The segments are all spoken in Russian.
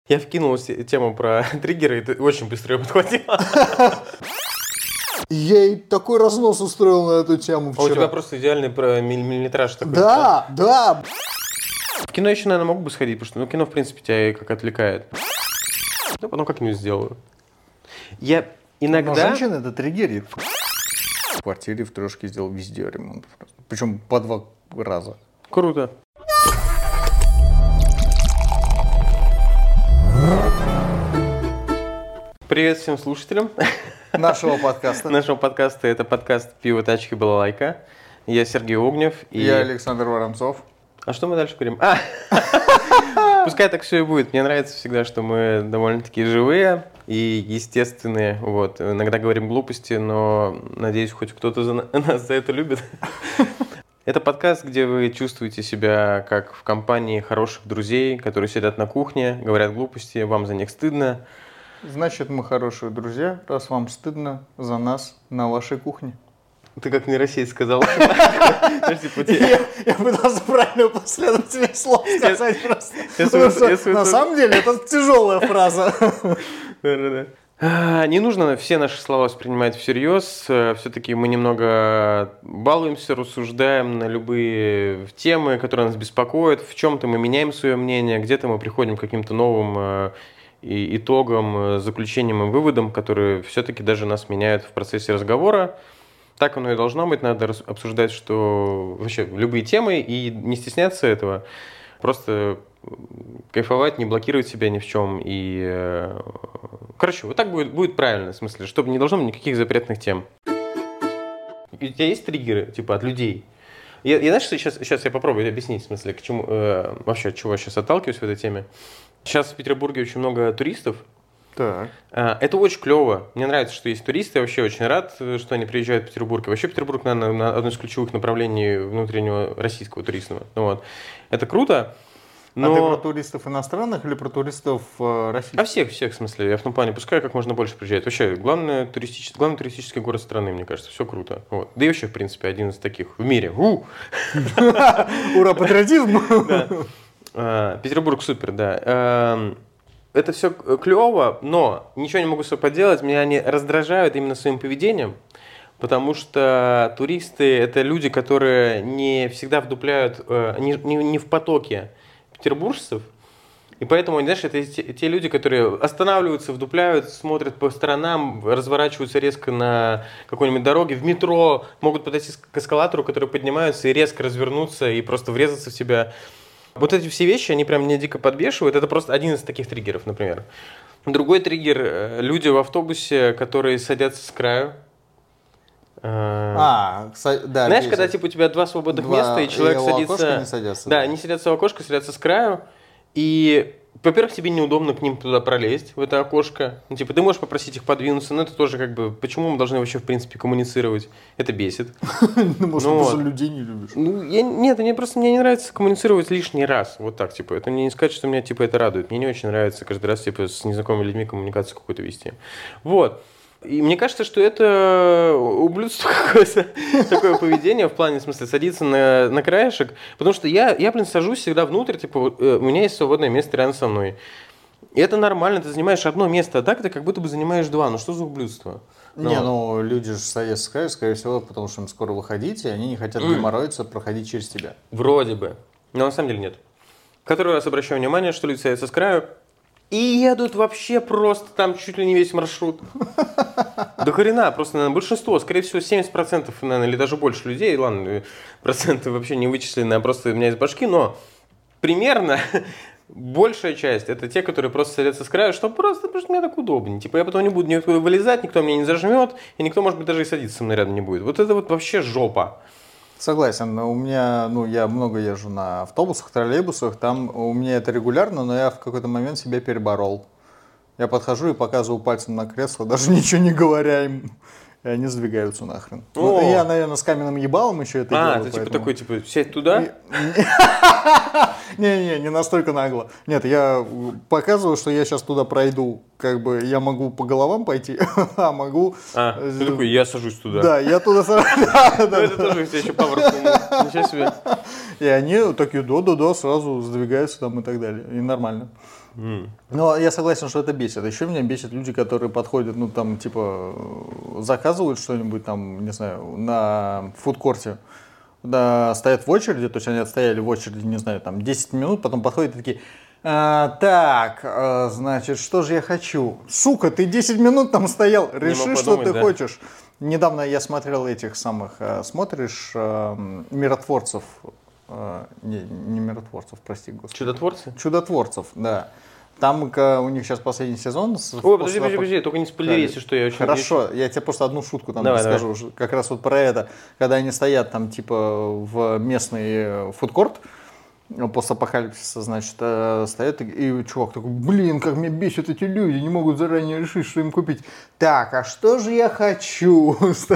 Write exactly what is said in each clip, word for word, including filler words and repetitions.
Я вкинул тему про триггеры, и ты очень быстро ее подхватила. Я ей такой разнос устроил на эту тему вчера. А у тебя просто идеальный миллиметраж такой. Да, да. В кино еще, наверное, могу бы сходить, потому что ну, кино, в принципе, тебя как отвлекает. Ну, потом как-нибудь сделаю. Я иногда... Но женщина это триггерит. В квартире, в трешке сделал везде ремонт. Причем по два раза. Круто. Привет всем слушателям нашего подкаста. Нашего подкаста. Это подкаст «Пиво, тачки, балалайка». Я Сергей Огнев. И я Александр Воронцов. А что мы дальше говорим? А! Пускай так все и будет. Мне нравится всегда, что мы довольно-таки живые и естественные. Вот. Иногда говорим глупости, но надеюсь, хоть кто-то за нас за это любит. Это подкаст, где вы чувствуете себя как в компании хороших друзей, которые сидят на кухне, говорят глупости, вам за них стыдно. Значит, мы хорошие друзья, раз вам стыдно за нас на вашей кухне. Ты как нейросеть сказал. Я пытался правильную последовательность слов сказать просто. На самом деле, это тяжелая фраза. Не нужно все наши слова воспринимать всерьез. Все-таки мы немного балуемся, рассуждаем на любые темы, которые нас беспокоят. В чем-то мы меняем свое мнение, где-то мы приходим к каким-то новым и итогам, заключениям и выводам, которые все-таки даже нас меняют в процессе разговора. Так оно и должно быть, надо обсуждать, что вообще любые темы и не стесняться этого, просто кайфовать, не блокировать себя ни в чем. И, короче, вот так будет, будет правильно, в смысле, чтобы не должно быть никаких запретных тем. У тебя есть триггеры, типа, от людей? Я, я знаешь, что сейчас, сейчас я попробую объяснить, в смысле, к чему, э, вообще, от чего я сейчас отталкиваюсь в этой теме. Сейчас в Петербурге очень много туристов. Так. Это очень клево. Мне нравится, что есть туристы. Я вообще очень рад, что они приезжают в Петербург. И вообще Петербург, наверное, одно из ключевых направлений внутреннего российского туризма. Вот. Это круто. Но... А ты про туристов иностранных или про туристов э, российских? А всех, всех, в смысле. Я в том плане, пускай как можно больше приезжает. Вообще, главное, туристический, главный туристический город страны, мне кажется. Все круто. Вот. Да и вообще, в принципе, один из таких в мире. Ура, патриотизм! Петербург супер, да. Это все клево, но ничего не могу с собой поделать. Меня они раздражают именно своим поведением, потому что туристы – это люди, которые не всегда вдупляют, не, не, не в потоке петербуржцев. И поэтому, знаешь, это те, те люди, которые останавливаются, вдупляют, смотрят по сторонам, разворачиваются резко на какой-нибудь дороге, в метро, могут подойти к эскалатору, которые поднимаются и резко развернуться и просто врезаться в себя. Вот эти все вещи, они прям меня дико подбешивают. Это просто один из таких триггеров, например. Другой триггер – люди в автобусе, которые садятся с краю. А, да. Знаешь, когда типа у тебя два свободных два, места, и человек и садится… Не садятся, да, да, они садятся в окошко, садятся с краю. И, во-первых, тебе неудобно к ним туда пролезть, в это окошко. Ну, типа, ты можешь попросить их подвинуться, но это тоже как бы… Почему мы должны вообще, в принципе, коммуницировать? Это бесит. Ну, может, ты просто людей не любишь. Ну, я, нет, мне просто мне не нравится коммуницировать лишний раз. Вот так, типа. Это мне не сказать, что меня, типа, это радует. Мне не очень нравится каждый раз, типа, с незнакомыми людьми коммуникацию какую-то вести. Вот. И мне кажется, что это ублюдство какое-то, такое поведение, в плане, в смысле, садиться на, на краешек. Потому что я, я, блин, сажусь всегда внутрь, типа, у меня есть свободное место рядом со мной. И это нормально, ты занимаешь одно место, а так ты как будто бы занимаешь два. Ну что за ублюдство? Ну, не, ну люди же садятся с краю, скорее всего, потому что им скоро выходить, и они не хотят mm. геморроиться, проходить через тебя. Вроде бы. Но на самом деле нет. Который раз обращаю внимание, что люди садятся с краю, и едут вообще просто там чуть ли не весь маршрут. До хрена, просто, наверное, большинство, скорее всего, семьдесят процентов, наверное, или даже больше людей, ладно, проценты вообще не вычислены, а просто у меня из башки, но примерно большая часть это те, которые просто садятся с края, что просто, потому что мне так удобнее. Типа я потом не буду никуда вылезать, никто меня не зажмет, и никто, может быть, даже и садиться со мной рядом не будет. Вот это вот вообще жопа. Согласен, у меня, ну, я много езжу на автобусах, троллейбусах, там у меня это регулярно, но я в какой-то момент себя переборол. Я подхожу и показываю пальцем на кресло, даже ничего не говоря им, и они сдвигаются нахрен. Ну, я, наверное, с каменным ебалом еще это а, делаю. А, ты типа такой, типа, сядь туда? Не-не, не настолько нагло. Нет, я показываю, что я сейчас туда пройду, как бы я могу по головам пойти, а могу… А, ты такой, я сажусь туда. Да, я туда сажусь. Ну это тоже у тебя еще паверфул, ничего себе. И они такие, да-да-да, сразу сдвигаются там и так далее, и нормально. Mm. Но я согласен, что это бесит. Еще меня бесит люди, которые подходят, ну там типа заказывают что-нибудь там, не знаю, на фудкорте, да, стоят в очереди, то есть они отстояли в очереди, не знаю, там десять минут, потом подходят и такие: а, так, а, значит, что же я хочу? Сука, ты десять минут там стоял, реши, что подумать, ты да. хочешь. Недавно я смотрел этих самых, а, смотришь, а, миротворцев, а, не, не миротворцев, прости, господи. Чудотворцы? Чудотворцев, да. Там у них сейчас последний сезон. Ой, подожди, подожди, подожди, только не спойлери, если что, я очень... Хорошо, я тебе просто одну шутку там давай, расскажу, давай. Как раз вот про это. Когда они стоят там типа в местный фудкорт, постапокалипсиса, значит, стоят, и чувак такой: блин, как меня бесят эти люди, не могут заранее решить, что им купить. Так, а что же я хочу?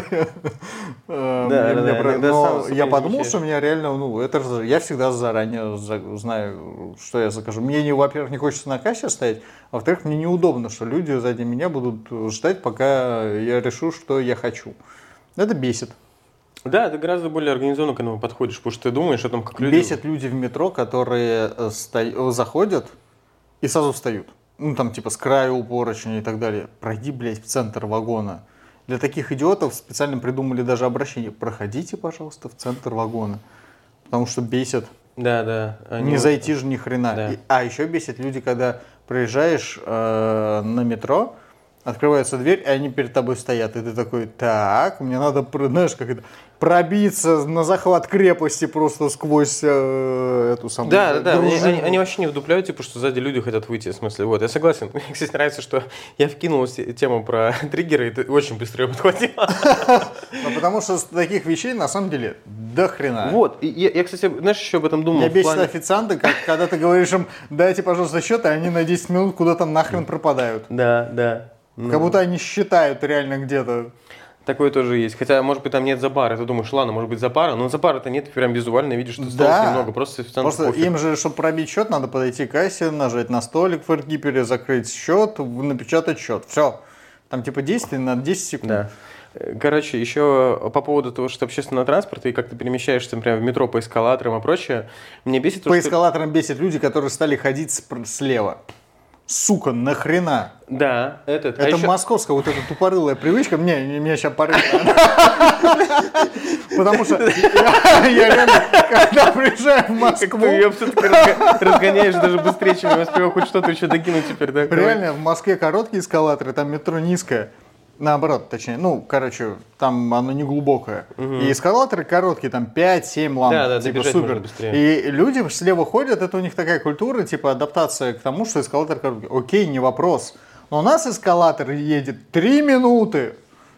Я подумал, что меня реально, ну, это я всегда заранее знаю, что я закажу. Мне, во-первых, не хочется на кассе стоять, а во-вторых, мне неудобно, что люди сзади меня будут ждать, пока я решу, что я хочу. Это бесит. Да, ты гораздо более организованно к этому подходишь, потому что ты думаешь о том, как люди... Бесят люди в метро, которые сто... заходят и сразу встают. Ну, там, типа, с краю у поручня и так далее. Пройди, блядь, в центр вагона. Для таких идиотов специально придумали даже обращение: проходите, пожалуйста, в центр вагона. Потому что бесит. Да, да. Они... Не зайти же ни хрена. Да. И... А еще бесит люди, когда приезжаешь э, на метро, открывается дверь, и они перед тобой стоят. И ты такой: так, мне надо, знаешь, как это, пробиться на захват крепости просто сквозь э, эту самую Да, да, да. Они, они, они вообще не вдупляют, типа, что сзади люди хотят выйти. В смысле, вот, я согласен. Мне, кстати, нравится, что я вкинул тему про триггеры, и ты очень быстро ее подхватила. Ну, потому что таких вещей, на самом деле, до хрена. Вот, я, кстати, знаешь, еще об этом думал. Я бесит официанты, когда ты говоришь им: дайте, пожалуйста, счет, и они на десять минут куда-то нахрен пропадают. Да, да. Как будто они считают реально где-то. Такое тоже есть. Хотя, может быть, там нет запара. Ты думаешь, ладно, может быть, запара. Но запара-то нет, ты прям визуально видишь, что столов да. немного. Просто официант Просто пофиг. Им же, чтобы пробить счет, надо подойти к кассе, нажать на столик в эркипере, закрыть счет, напечатать счет. Все. Там типа действие на десять секунд. Да. Короче, еще по поводу того, что общественного транспорта и как ты перемещаешься, например, в метро по эскалаторам и прочее, мне бесит... По то, эскалаторам что... бесит люди, которые стали ходить слева. Сука, нахрена? Да, этот. Это а еще... московская вот эта тупорылая привычка. Мне, меня сейчас порыв. Потому что я реально, когда приезжаю в Москву... Ты ее все-таки разгоняешь даже быстрее, чем я успел хоть что-то еще докинуть теперь. Реально, в Москве короткие эскалаторы, там метро низкое. Наоборот, точнее, ну, короче, там оно не глубокое. Угу. И эскалаторы короткие, там пять-семь ламп, да, да, типа супер. И люди слева ходят, это у них такая культура, типа адаптация к тому, что эскалатор короткий. Окей, не вопрос. Но у нас эскалатор едет три минуты.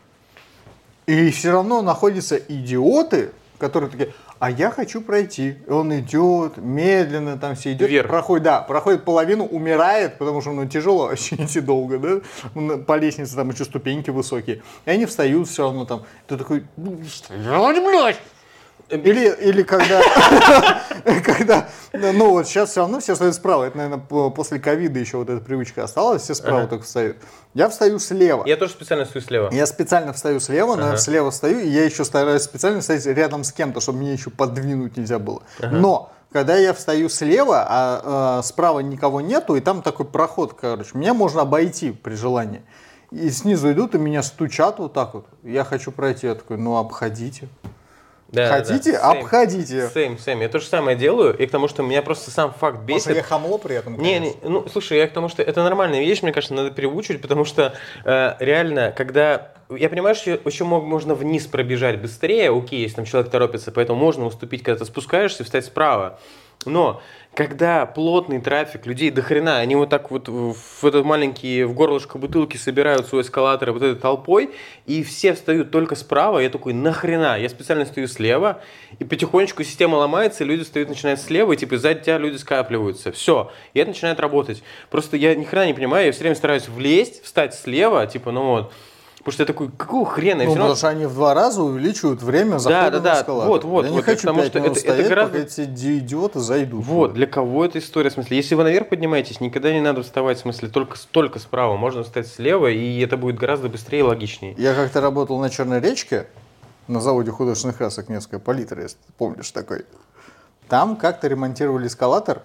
И все равно находятся идиоты, которые такие: а я хочу пройти. И он идет, медленно там все идет. Вверх. Проходит, да, проходит половину, умирает, потому что ну, тяжело вообще идти долго, да. По лестнице там еще ступеньки высокие. И они встают все равно там. Ты такой: блядь! Или, или когда, когда, ну вот сейчас все равно все встают справа. Это, наверное, после ковида еще вот эта привычка осталась, все справа ага. только встают. Я встаю слева. Я тоже специально встаю слева. Я специально встаю слева, но ага. я слева встаю, и я еще стараюсь специально стоять рядом с кем-то, чтобы меня еще подвинуть нельзя было. Ага. Но когда я встаю слева, а, а справа никого нету, и там такой проход, короче, меня можно обойти при желании. И снизу идут, и меня стучат вот так вот. Я хочу пройти, я такой: ну обходите. Да, Хотите? Да, да. Обходите. Сейм, сейм. Я то же самое делаю, и к тому, что меня просто сам факт бесит. Потому что я хамло при этом, не, не, ну, слушай, я к тому, что это нормальная вещь, мне кажется, надо переучивать, потому что э, реально, когда... Я понимаю, что еще можно вниз пробежать быстрее, окей, если там человек торопится, поэтому можно уступить, когда ты спускаешься, встать справа. Но когда плотный трафик, людей до хрена, они вот так вот в этот маленький, в горлышко бутылки собирают свой эскалатор вот этой толпой, и все встают только справа, я такой: нахрена? Я специально стою слева, и потихонечку система ломается, и люди встают, начинают слева, и типа сзади тебя люди скапливаются. Все, и это начинает работать. Просто я ни хрена не понимаю, я все время стараюсь влезть, встать слева, типа, ну вот. Потому что я такой: какого хрена? Ну, потому равно... что они в два раза увеличивают время захода да, да, на эскалатор. Вот, вот, я вот, не хочу потому что это, стоять, это гораздо... пока эти идиоты зайдут. Вот, для кого эта история? В смысле, если вы наверх поднимаетесь, никогда не надо вставать, в смысле, только, только справа. Можно встать слева, и это будет гораздо быстрее и логичнее. Я как-то работал на Черной речке, на заводе художественных красок, несколько палитра, если ты помнишь такой. Там как-то ремонтировали эскалатор,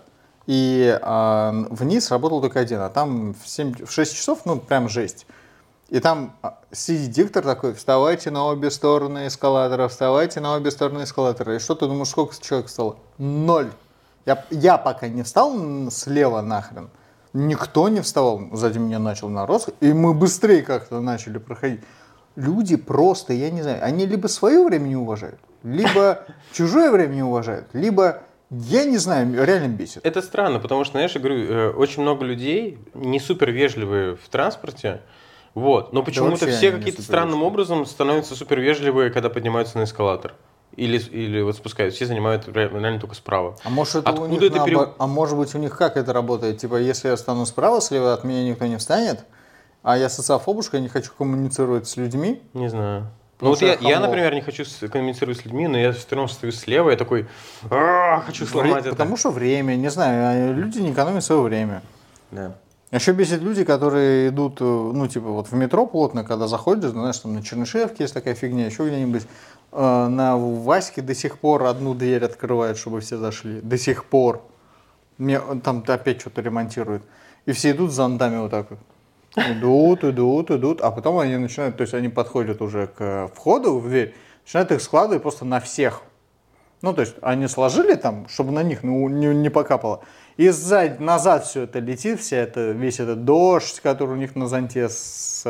И а, вниз работал только один, а там в, семь, в шесть часов, ну, прям жесть. И там сидит диктор такой: вставайте на обе стороны эскалатора, вставайте на обе стороны эскалатора. И что ты думаешь, сколько человек встало? Ноль. Я, я пока не встал слева нахрен, никто не вставал. Сзади меня начал народ, и мы быстрее как-то начали проходить. Люди просто, я не знаю, они либо свое время не уважают, либо чужое время не уважают, либо, я не знаю, реально бесит. Это странно, потому что, знаешь, я говорю, очень много людей не супер вежливые в транспорте. Вот. Но почему-то да все какие-то странным образом становятся супер вежливые, когда поднимаются на эскалатор. Или, или вот спускаются. Все занимают реально только справа. А может, это у них это наобор... пере... а может быть, у них как это работает? Типа, если я стану справа, слева от меня никто не встанет, а я социофобушка, я не хочу коммуницировать с людьми? Не знаю. Ну вот я, я, например, не хочу коммуницировать с людьми, но я все равно стою слева, я такой, хочу сломать Вре... это. Потому что время, не знаю, люди не экономят свое время. Да. Еще бесит люди, которые идут, ну, типа, вот в метро плотно, когда заходишь, знаешь, там на Чернышевке есть такая фигня, еще где-нибудь, э, на Ваське до сих пор одну дверь открывают, чтобы все зашли. До сих пор. Мне, там опять что-то ремонтируют. И все идут с зонтами вот так вот. Идут, идут, идут, а потом они начинают, то есть они подходят уже к входу в дверь, начинают их складывать просто на всех. Ну, то есть они сложили там, чтобы на них ну, не, не покапало. И сзади, назад все это летит, вся это, весь этот дождь, который у них на зонте с,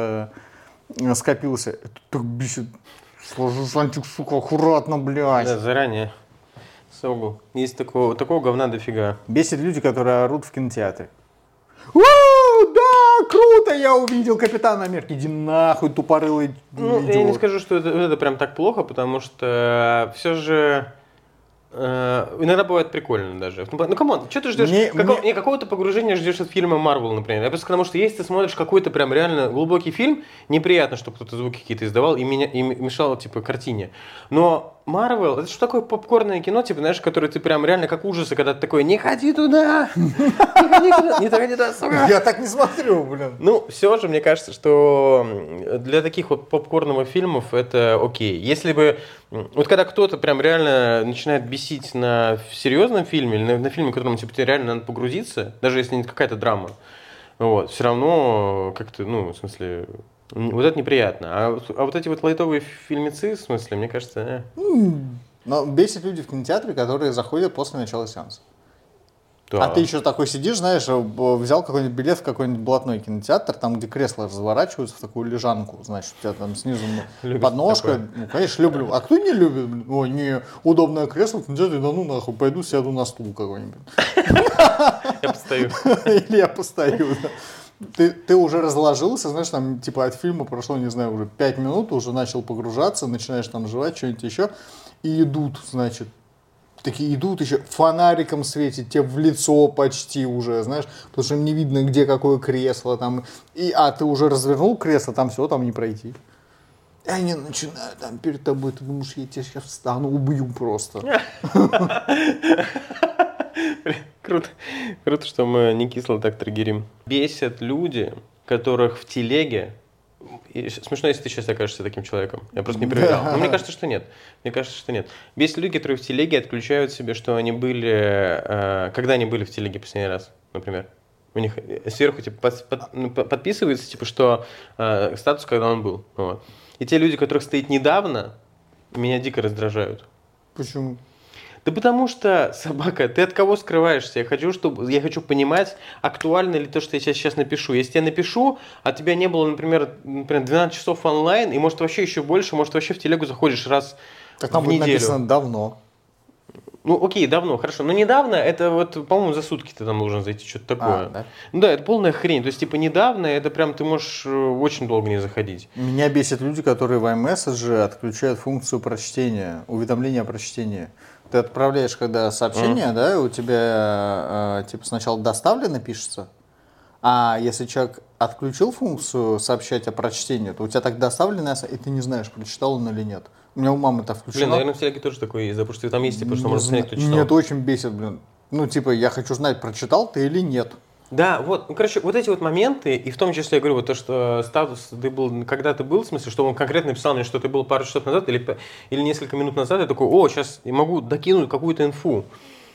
э, скопился. Это так бесит. Сложи зонтик, сука, аккуратно, блядь. Да, заранее. Согу. Есть такого, такого говна дофига. Бесит люди, которые орут в кинотеатре. У-у-у, да, круто, я увидел Капитана Америки. Иди нахуй, тупорылый Ну, идиот. я не скажу, что это, это прям так плохо, потому что все же... Иногда бывает прикольно даже. Ну, камон, что ты ждешь? Мне, Како... мне... Не, какого-то погружения ждешь от фильма Marvel, например. Я просто потому что если ты смотришь какой-то прям реально глубокий фильм, неприятно, чтобы кто-то звуки какие-то издавал и, меня... и мешал, типа, картине. Но Marvel, это что такое попкорное кино, типа, знаешь, которое ты прям реально как ужасы, когда ты такой, не ходи туда, не ходи туда, не ходи туда, сука. Я так не смотрю, блин. Ну, все же, мне кажется, что для таких вот попкорных фильмов это окей. Если бы, вот когда кто-то прям реально начинает бесить на серьезном фильме, или на, на фильме, в котором типа, тебе реально надо погрузиться, даже если не какая-то драма, вот, все равно как-то, ну, в смысле, вот это неприятно. А, а вот эти вот лайтовые фильмецы, в смысле, мне кажется... Э. Но бесит люди в кинотеатре, которые заходят после начала сеанса. Да. А ты еще такой сидишь, знаешь, взял какой-нибудь билет в какой-нибудь блатной кинотеатр, там, где кресла разворачиваются в такую лежанку, значит, у тебя там снизу Любишь подножка. такое? Ну, конечно, люблю. А кто не любит? Ой, не, удобное кресло в кинотеатре, да ну нахуй, пойду сяду на стул какой-нибудь. Я постою. Или я постою, да. Ты, ты уже разложился, знаешь, там, типа, от фильма прошло, не знаю, уже пять минут, уже начал погружаться, начинаешь там жевать что-нибудь еще, и идут, значит, такие идут еще, фонариком светит, тебе в лицо почти уже, знаешь, потому что им не видно, где какое кресло там, и, а ты уже развернул кресло, там все, там не пройти. И они начинают там перед тобой, ты думаешь, я тебя сейчас встану, убью просто. Круто. Круто, что мы не кисло так триггерим. Бесят люди, которых в телеге... И смешно, если ты сейчас окажешься таким человеком. Я просто не проверял. Но мне кажется, что нет. Мне кажется, что нет. Бесят люди, которые в телеге отключают себе, что они были... Э, когда они были в телеге последний раз, например. У них сверху типа, под, под, подписывается, типа, что э, статус, когда он был. Вот. И те люди, которых стоит недавно, меня дико раздражают. Почему? Да потому что, собака, ты от кого скрываешься? Я хочу, чтобы, я хочу понимать, актуально ли то, что я сейчас, сейчас напишу. Если я напишу, а тебя не было, например, например, двенадцать часов онлайн, и может вообще еще больше, может вообще в телегу заходишь раз так там в будет неделю. Написано давно. Ну окей, давно, хорошо. Но недавно, это вот, по-моему, за сутки ты там должен зайти, что-то такое. А, да? Ну да, это полная хрень. То есть, типа, недавно, это прям ты можешь очень долго не заходить. Меня бесят люди, которые в iMessage отключают функцию прочтения, уведомления о прочтении. Ты отправляешь, когда сообщение, mm. да, у тебя э, типа сначала доставлено пишется, а если человек отключил функцию сообщать о прочтении, то у тебя так доставлено, и ты не знаешь, прочитал он или нет. У меня у мамы это включено. Блин, наверное, в телеге тоже такое есть, да, потому что там есть, типа, что не можно снять, кто читал. Меня это очень бесит, блин. Ну, типа, я хочу знать, прочитал ты или нет. Да, вот, ну, короче, вот эти вот моменты, и в том числе, я говорю, вот то, что статус ты был, когда ты был, в смысле, что он конкретно написал мне, что ты был пару часов назад или, или несколько минут назад, я такой, о, сейчас я могу докинуть какую-то инфу.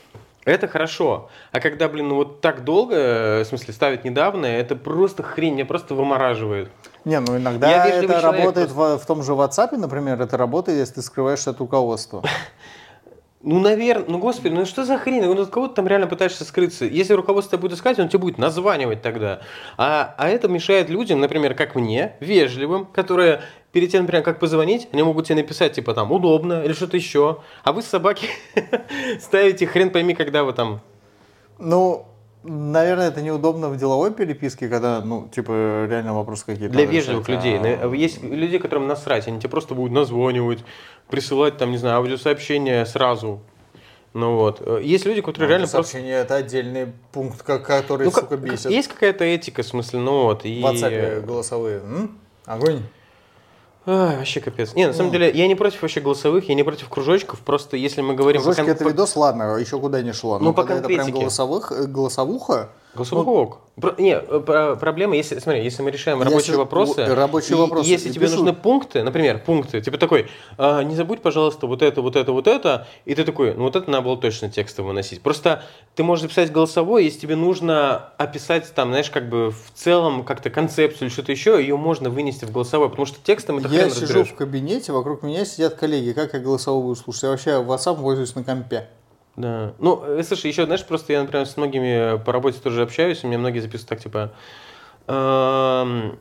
Это хорошо. А когда, блин, ну вот так долго, э, в смысле, ставить недавно, это просто хрень, меня просто вымораживает. Не, ну Я иногда вежливый это человек работает просто. в, в том же WhatsApp, например, это работает, если ты скрываешься от руководства. Ну, наверное, ну, господи, ну что за хрень? Ну, от кого ты там реально пытаешься скрыться? Если руководство будет искать, он тебе будет названивать тогда. А, а это мешает людям, например, как мне, вежливым, которые перед тем, например, как позвонить, они могут тебе написать, типа, там, удобно или что-то еще. А вы, собаки, ставите хрен пойми, когда вы там... Ну, наверное, это неудобно в деловой переписке, когда, ну, типа, реально вопросы какие-то Для надо решать. вежливых людей. А... На- Есть люди, которым насрать, они тебе просто будут названивать, присылать, там, не знаю, аудиосообщения сразу. Ну вот. Э, Есть люди, которые реально просто... Сообщение это отдельный пункт, ка- который, Ну, как, сука, как- бесит. есть какая-то этика, в смысле, ну вот, В и... WhatsApp голосовые. М? Огонь. Ай, вообще капец. Не, на самом Ну, деле, я не против вообще голосовых, я не против кружочков, просто если мы говорим... по кружочки кон- это по- видос, ладно, еще куда не шло. Ну, Но по когда это прям конкретике. голосовых, э, голосовуха, Голосовых ну, ок. Про- не, э, про- проблема, если, смотри, если мы решаем я рабочие сижу- вопросы, у- рабочие и, вопросы, и если и тебе пишу. нужны пункты, например, пункты, типа такой, «А, не забудь, пожалуйста, вот это, вот это, вот это, и ты такой, ну вот это надо было точно текстом выносить. Просто ты можешь записать голосовой, если тебе нужно описать там, знаешь, как бы в целом как-то концепцию или что-то еще, ее можно вынести в голосовой, потому что текстом это Я хрен сижу разберешь. в кабинете, вокруг меня сидят коллеги, как я голосовой буду слушать? Я вообще WhatsApp пользуюсь на компе. Да. Ну, э, слушай, еще, знаешь, просто я, например, с многими по работе тоже общаюсь, у меня многие записывают так, типа, эм,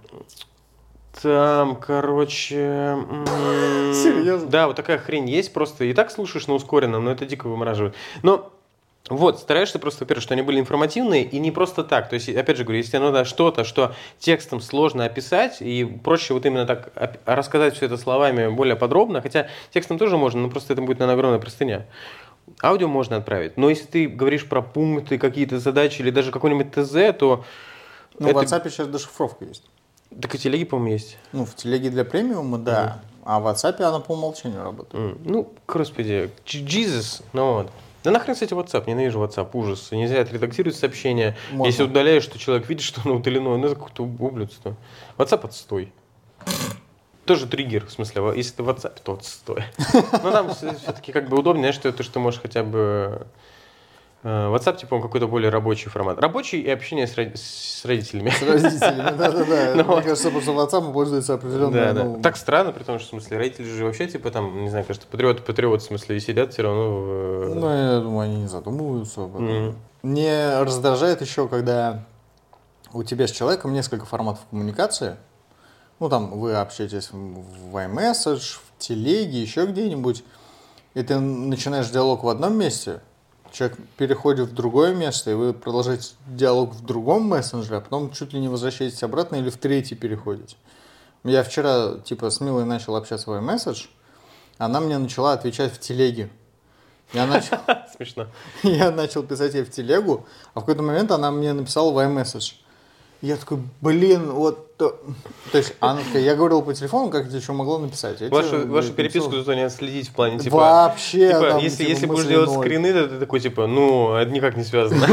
там, короче, м, Серьезно? да, вот такая хрень есть, просто и так слушаешь на ускоренном, но это дико вымораживает. Но вот, стараешься просто, во-первых, что они были информативные и не просто так. То есть, опять же говорю, если тебе надо что-то, что текстом сложно описать, и проще вот именно так оп- рассказать все это словами более подробно, хотя текстом тоже можно, но просто это будет, наверное, огромная простыня. Аудио можно отправить, но если ты говоришь про пункты, какие-то задачи или даже какой-нибудь ТЗ, то Ну, это... в WhatsApp сейчас дешифровка есть. Так и телеги, по-моему, есть. Ну, в телеге для премиума, да. А в WhatsApp она по умолчанию работает. М, Ну, господи, Jesus, ну вот. Да нахрен, кстати, WhatsApp, ненавижу WhatsApp, ужас. Нельзя отредактировать сообщение. Можно. Если удаляешь, то человек видит, что оно удалено, ну это какое-то ублюдство. WhatsApp отстой. Тоже триггер, в смысле, во- если ты в WhatsApp, то отстой. Но там все-таки как бы удобнее, что ты что можешь хотя бы... э, WhatsApp, типа, он какой-то более рабочий формат. Рабочий и общение с, роди- с родителями. С родителями, да-да-да. Ну Мне вот. кажется, просто WhatsApp пользуется Да, определенная... да. ну, Так странно, при том, что, в смысле, родители же вообще, типа, там, не знаю, кажется, патриоты, патриот, в смысле, и сидят все равно в... Ну, я думаю, они не задумываются об этом. Мгм. Мне раздражает еще, когда у тебя с человеком несколько форматов коммуникации. Ну, там, вы общаетесь в iMessage, в телеге, еще где-нибудь. И ты начинаешь диалог в одном месте, человек переходит в другое место, и вы продолжаете диалог в другом мессенджере, а потом чуть ли не возвращаетесь обратно или в третий переходите. Я вчера, типа, с Милой начал общаться в iMessage, она мне начала отвечать в телеге. Я начал, Смешно. я начал писать ей в телегу, а в какой-то момент она мне написала в iMessage. Я такой, блин, вот... То, то есть она такая, я говорил по телефону, как тебе что могло написать? Я Вашу, тебе, вашу блин, переписку написал. зато не отследить в плане, типа... Вообще, Типа, там, если, типа, если будешь мысли делать ноль. скрины, то ты такой, типа, ну, это никак не связано.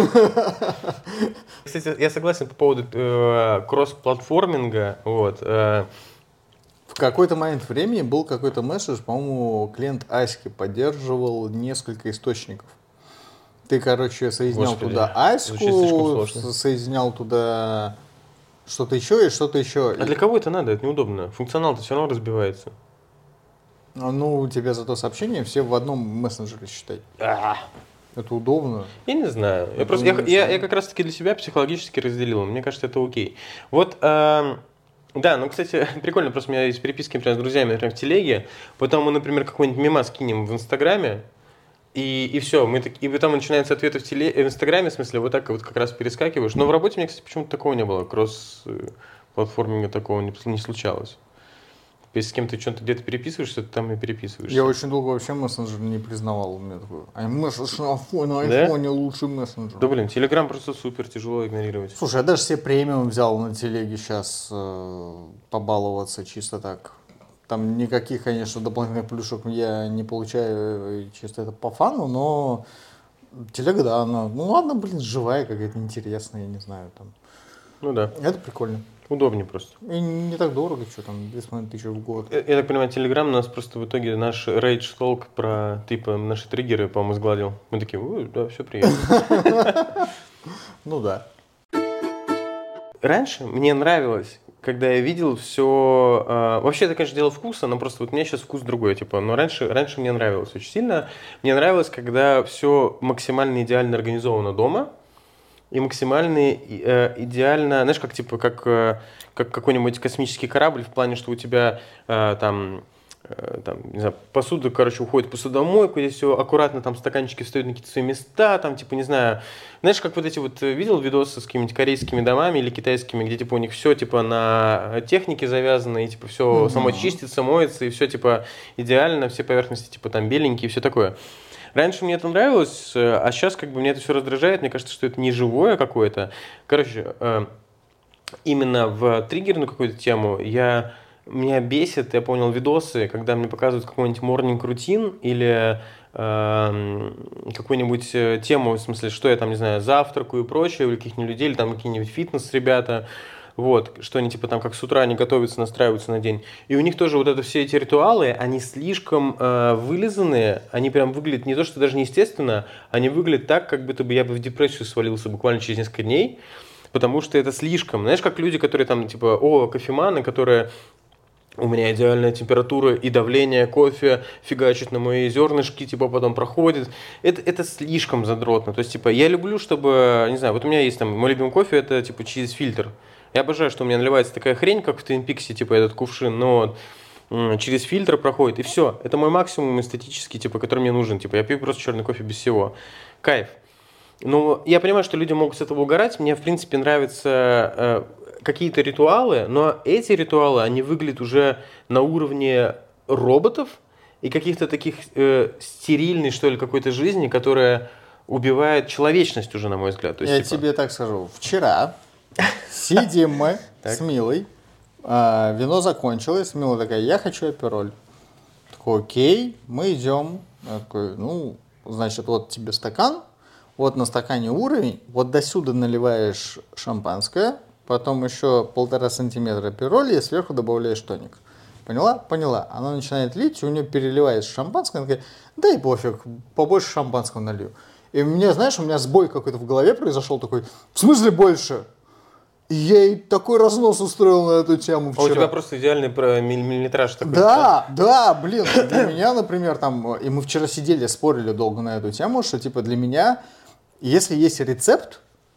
Кстати, я согласен по поводу э, кросс-платформинга, вот. э, В какой-то момент времени был какой-то месседж, по-моему, клиент Аськи поддерживал несколько источников. Ты, короче, соединял Господи, туда звучит слишком Аську, сложно. с- соединял туда что-то еще и что-то еще. А для кого это надо? Это неудобно. Функционал-то все равно разбивается. Ну, у тебя зато сообщения все в одном мессенджере, считай. А, Это удобно. Я не знаю. Я, Это просто, я, не я, знаю. я как раз-таки для себя психологически разделил. Мне кажется, это окей. Вот, эм, да, ну, кстати, прикольно, просто у меня есть переписки, например, с друзьями, например, в телеге, потом мы, например, какой-нибудь мемас кинем в Инстаграме, и, и все, мы так, и потом начинаются ответы в, теле, в Инстаграме, в смысле, вот так вот как раз перескакиваешь. Но в работе у меня, кстати, почему-то такого не было, кросс-платформинга такого не, не случалось. Если с кем-то что-то где-то переписываешься, то там и переписываешься. Я очень долго вообще мессенджер не признавал. У меня такой, а мессендж на айфоне, на Да? айфоне лучший мессенджер. Да блин, Телеграм просто супер, тяжело игнорировать. Слушай, я даже себе премиум взял на телеге сейчас э, побаловаться чисто так. Там никаких, конечно, дополнительных плюшек я не получаю, э, чисто это по фану, но телега, да, она, ну ладно, блин, живая какая-то, интересная, я не знаю, там. Ну да. Это прикольно. Удобнее просто. И не так дорого, что там, две с половиной тысячи в год. Я, я так понимаю, Telegram нас просто в итоге наш rage talk про типа наши триггеры, по-моему, сгладил. Мы такие, ой, да, все приятно. Ну да. Раньше мне нравилось, когда я видел все... Э, вообще, это, конечно, дело вкуса, но просто вот у меня сейчас вкус другой, типа. Но раньше, раньше мне нравилось очень сильно. Мне нравилось, когда все максимально идеально организовано дома и максимально э, идеально, знаешь, как типа как, э, как какой-нибудь космический корабль в плане, что у тебя э, там... там, не знаю, посуда, короче, уходит в посудомойку, здесь все аккуратно, там стаканчики встают на какие-то свои места, там, типа, не знаю, знаешь, как вот эти вот, видел видосы с какими-нибудь корейскими домами или китайскими, где, типа, у них все, типа, на технике завязано, и, типа, все mm-hmm. само чистится, моется, и все, типа, идеально, все поверхности, типа, там, беленькие, и все такое. Раньше мне это нравилось, а сейчас, как бы, мне это все раздражает, мне кажется, что это не живое какое-то. Короче, именно в триггерную какую-то тему я... Меня бесит, я понял, видосы, когда мне показывают какой-нибудь morning routine или э, какую-нибудь тему, в смысле, что я там, не знаю, завтракаю и прочее, или каких-нибудь людей, или там какие-нибудь фитнес-ребята, вот, что они типа там как с утра они готовятся, настраиваются на день. И у них тоже вот это все эти ритуалы, они слишком э, вылизанные, они прям выглядят не то, что даже неестественно, они выглядят так, как будто бы я бы в депрессию свалился буквально через несколько дней, потому что это слишком. Знаешь, как люди, которые там типа, о, кофеманы, которые... У меня идеальная температура и давление, кофе фигачит на мои зернышки, типа потом проходит. Это, это слишком задротно. То есть, типа, я люблю, чтобы, не знаю, вот у меня есть там, мой любимый кофе, это, типа, через фильтр. Я обожаю, что у меня наливается такая хрень, как в Twin Peaks, типа, этот кувшин, но через фильтр проходит, и все. Это мой максимум эстетический, типа, который мне нужен. Типа, я пью просто черный кофе без всего. Кайф. Ну, я понимаю, что люди могут с этого угорать. Мне, в принципе, нравится... Э, какие-то ритуалы, но эти ритуалы, они выглядят уже на уровне роботов и каких-то таких э, стерильной, что ли, какой-то жизни, которая убивает человечность уже, на мой взгляд. То есть, я типа... тебе так скажу. Вчера сидим мы с Милой, вино закончилось, Мила такая, я хочу апероль. Такой, окей, мы идем. Такой, ну, значит, вот тебе стакан, вот на стакане уровень, вот до сюда наливаешь шампанское, потом еще полтора сантиметра апероли и сверху добавляешь тоник. Поняла? Поняла. Она начинает лить, и у нее переливается шампанское, она такая, дай пофиг, побольше шампанского налью. И мне, знаешь, у меня сбой какой-то в голове произошел такой, в смысле больше? И я ей такой разнос устроил на эту тему вчера. А у тебя просто идеальный миллиметраж такой. Да, да, блин, для меня, например, там, и мы вчера сидели, спорили долго на эту тему, что, типа, для меня, если есть рецепт,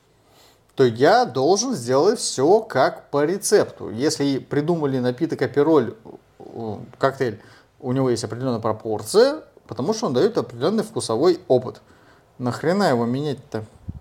то я должен сделать все как по рецепту. Если придумали напиток апероль, коктейль, у него есть определенная пропорция, потому что он дает определенный вкусовой опыт. Нахрена его менять-то?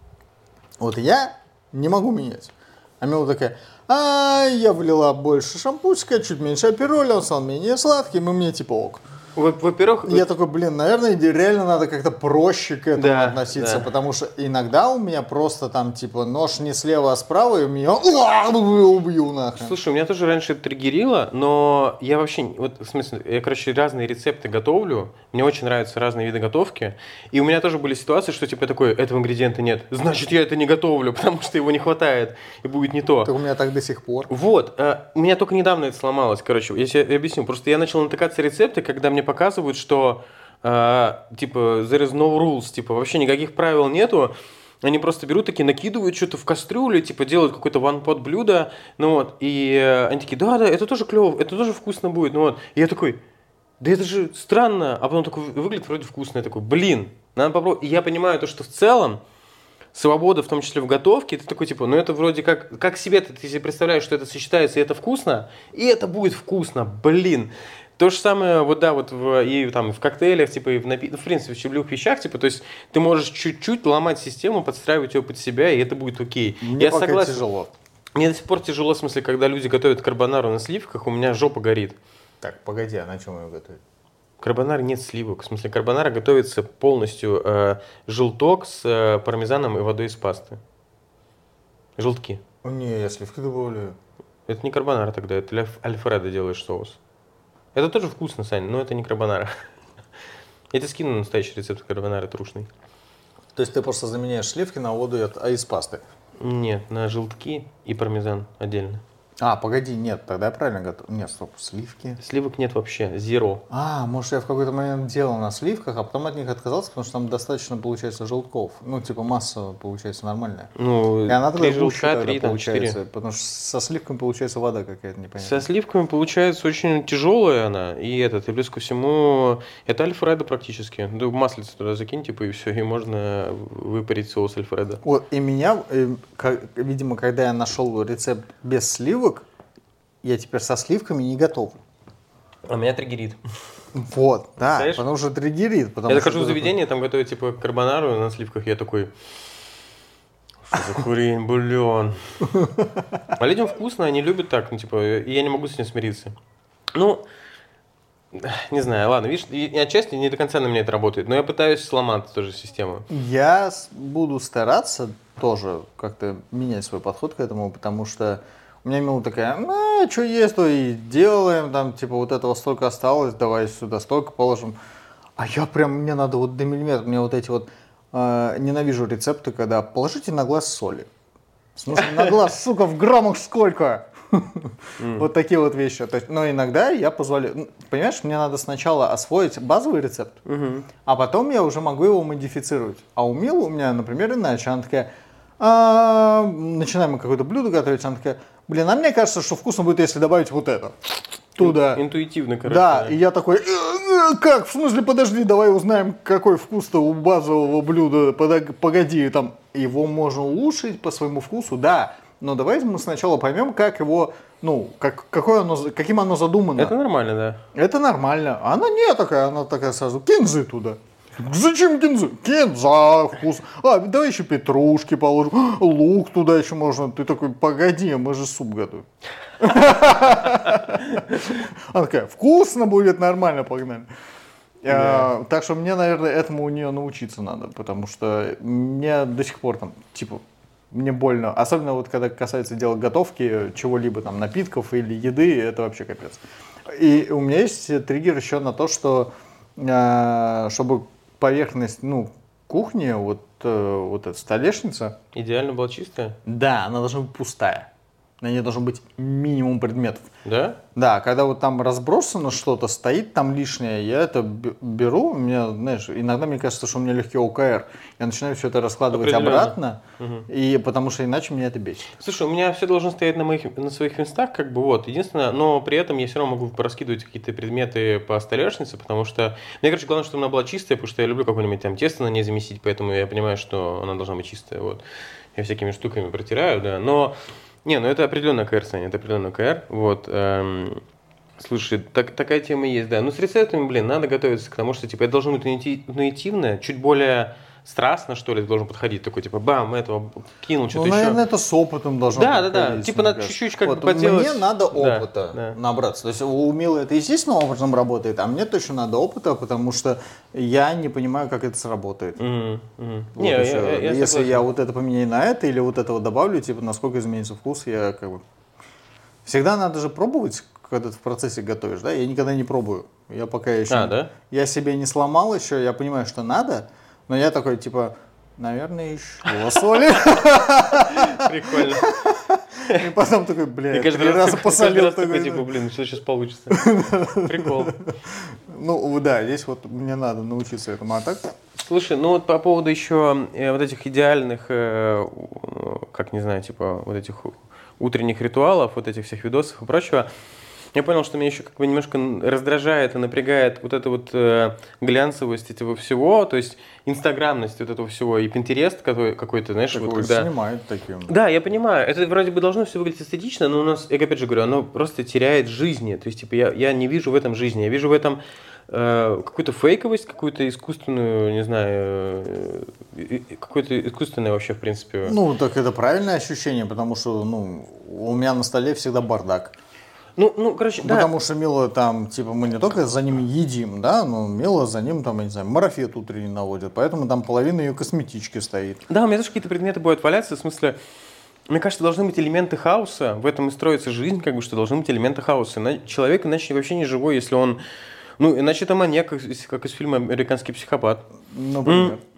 Вот я не могу менять. А Мила такая, а я влила больше шампуньского, чуть меньше апероля, он стал менее сладким, и мне типа ок. Во-первых, я такой, блин, наверное, реально надо как-то проще к этому да, относиться, да. потому что иногда у меня просто там, типа, нож не слева, а справа, и у меня убью нахрен. Слушай, у меня тоже раньше это триггерило, но я вообще, вот, в смысле, я, короче, разные рецепты готовлю, мне очень нравятся разные виды готовки, и у меня тоже были ситуации, что, типа, такой, этого ингредиента нет, значит, я это не готовлю, потому что его не хватает, и будет не то. Так у меня так до сих пор. Вот, а, у меня только недавно это сломалось, короче, я тебе объясню, просто я начал натыкаться рецепты, когда мне показывают, что, э, типа, there is no rules, типа, вообще никаких правил нету, они просто берут такие, накидывают что-то в кастрюлю, типа, делают какое-то one-pot блюдо, ну вот, и э, они такие, да-да, это тоже клево, это тоже вкусно будет, ну вот, и я такой, да это же странно, а потом такой, выглядит вроде вкусно, я такой, блин, надо попробовать, и я понимаю то, что в целом, свобода, в том числе в готовке, ты такой, типа, ну это вроде как, как себе ты, ты себе представляешь, что это сочетается, и это вкусно, и это будет вкусно, блин. То же самое, вот да, вот в, и там в коктейлях, типа, и в напитках, в принципе, в любых вещах, типа, то есть ты можешь чуть-чуть ломать систему, подстраивать ее под себя, и это будет окей. Мне Я пока согласен. тяжело. Мне до сих пор тяжело, в смысле, когда люди готовят карбонару на сливках, у меня жопа горит. Так, погоди, а на чем ее готовить? Карбонара нет сливок. В смысле, карбонара готовится полностью э, желток с э, пармезаном и водой из пасты. Желтки. О, не, я сливки добавляю. Это не карбонара тогда, это альфредо делаешь соус. Это тоже вкусно, Сань, но это не карбонара. Я тебе скину настоящий рецепт карбонары трушный. То есть ты просто заменяешь сливки на воду а из пасты? Нет, на желтки и пармезан отдельно. А, погоди, нет, тогда я правильно готов. Нет, стоп, сливки. Сливок нет вообще, zero. А, может, я в какой-то момент делал на сливках, а потом от них отказался, потому что там достаточно, получается, желтков. Ну, типа, масса, получается, нормальная. Ну, И она три тогда гуще желтка, тогда три, там, получается, четыре. потому что со сливками получается вода какая-то Со непонятная. сливками получается очень тяжелая она, и этот, и плюс ко всему, это альфредо практически. Да, маслице туда закинь, типа, и все, и можно выпарить соус альфредо. Вот, и меня, э, ка- видимо, когда я нашел рецепт без сливок, я теперь со сливками не готов. А меня триггерит. Вот, да, Представляешь? потому что триггерит. Потому Я что захожу в ты заведение, там готовят, типа, карбонару на сливках, я такой... Что за хрень, блин. А людям вкусно, они любят так, ну, типа, и я не могу с ним смириться. Ну, не знаю, ладно, видишь, и- и отчасти не до конца на меня это работает, но я пытаюсь сломать тоже систему. такой, я с- буду стараться тоже как-то менять свой подход к этому, потому что у меня Мила такая, ну, что есть, то и делаем, там, типа, вот этого столько осталось, давай сюда столько положим. А я прям, мне надо вот до миллиметра, мне вот эти вот, э, ненавижу рецепты, когда положите на глаз соли. В смысле, на глаз, сука, в граммах сколько? Вот такие вот вещи. То есть, но иногда я позволяю... ну, Понимаешь, мне надо сначала освоить базовый рецепт, а потом я уже могу его модифицировать. А у Милы у меня, например, иначе. Она такая... «А, начинаем мы какое-то блюдо готовить. Она такая... Блин, а мне кажется, что вкусно будет, если добавить вот это. Туда. Интуитивно, короче. Да, и я такой, «Э, э, как, в смысле, подожди, давай узнаем, какой вкус-то у базового блюда, Подог- погоди, там, его можно улучшить по своему вкусу, да, но давайте мы сначала поймем, как его, ну, как, какое оно, за- каким оно задумано. Это нормально, да. Это нормально. А она не такая, она такая сразу, кинзы туда. Зачем кинзы? Кинза, вкус. А, давай еще петрушки положим. Лук туда еще можно. Ты такой, погоди, мы же суп готовим. Она такая, вкусно будет, нормально, погнали. А, так что мне, наверное, этому у нее научиться надо, потому что мне до сих пор там, типа, мне больно. Особенно вот когда касается дела готовки, чего-либо там, напитков или еды, это вообще капец. И у меня есть триггер еще на то, что а, чтобы поверхность, ну, кухни, вот, э, вот эта столешница, Идеально была чистая? да, она должна быть пустая. На ней должен быть минимум предметов. Да? Да, когда вот там разбросано что-то, стоит там лишнее, я это б- беру, у меня, знаешь, иногда мне кажется, что у меня легкий ОКР. Я начинаю все это раскладывать Определенно. обратно, и потому что иначе меня это бесит. Слушай, у меня все должно стоять на, моих, на своих местах, как бы вот. Единственное, но при этом я все равно могу пораскидывать какие-то предметы по столешнице, потому что мне, короче, главное, чтобы она была чистая, потому что я люблю какое-нибудь там тесто на ней замесить, поэтому я понимаю, что она должна быть чистая. Вот. Я всякими штуками протираю, да. Но, не, ну это определенно КР, Саня, это определенно КР. Вот. эм, Слушай, так, такая тема есть, да. Ну, с рецептами, блин, надо готовиться к тому, что, типа, это должно быть интуи- интуитивно, чуть более страстно, что ли, это должно подходить. Такой, типа, бам, этого кинул, Ну, что-то еще. наверное, это с опытом должно Да, да, да. приходить, Типа мне надо кажется. чуть-чуть как Вот, бы поделать. Мне надо Да, опыта да. набраться. То есть у Милы это естественным образом работает, а мне точно надо опыта, потому что я не понимаю, как это сработает. Мгм, мгм. Вот Не, и я, всё. я- я Если согласен. я вот это поменяю на это или вот этого добавлю, типа, насколько изменится вкус, я как бы... Всегда надо же пробовать, когда ты в процессе готовишь, да? Я никогда не пробую. Я пока еще... А, да? Я себе не сломал еще, я понимаю, что надо, но я такой, типа, наверное, еще соли. Прикольно. И потом такой, И блядь, каждый три раз, раза такой- каждый посолил. раз такой, такой, типа, блин, что сейчас получится? Прикол. Ну, да, здесь вот мне надо научиться этому. А так, Слушай, ну вот по поводу еще э, вот этих идеальных, э, у- как не знаю, типа вот этих у- утренних ритуалов, вот этих всех видосов и прочего, я понял, что меня еще как бы немножко н- раздражает и напрягает вот эта вот э, глянцевость этого всего, то есть инстаграмность вот этого всего и Pinterest какой- какой-то, знаешь, вот такой когда... снимают таким. Да, я понимаю, это вроде бы должно все выглядеть эстетично, но у нас, я опять же говорю, оно просто теряет жизни. То есть, типа, я, я не вижу в этом жизни, я вижу в этом э, какую-то фейковость, какую-то искусственную, не знаю, э, э, какое-то искусственное вообще, в принципе. Ну, так это правильное ощущение, потому что, ну, у меня на столе всегда бардак. Ну, ну, короче, да. Потому что Мила там, типа, мы не только за ним едим, да, но Мила за ним, там, я не знаю, марафет утренний наводит, поэтому там половина ее косметички стоит. Да, у меня тоже какие-то предметы будут валяться, в смысле, мне кажется, должны быть элементы хаоса, в этом и строится жизнь, как бы, что должны быть элементы хаоса. Иначе- Человек иначе вообще не живой, если он, ну, иначе это маньяк, как из, как из фильма «Американский психопат». Например.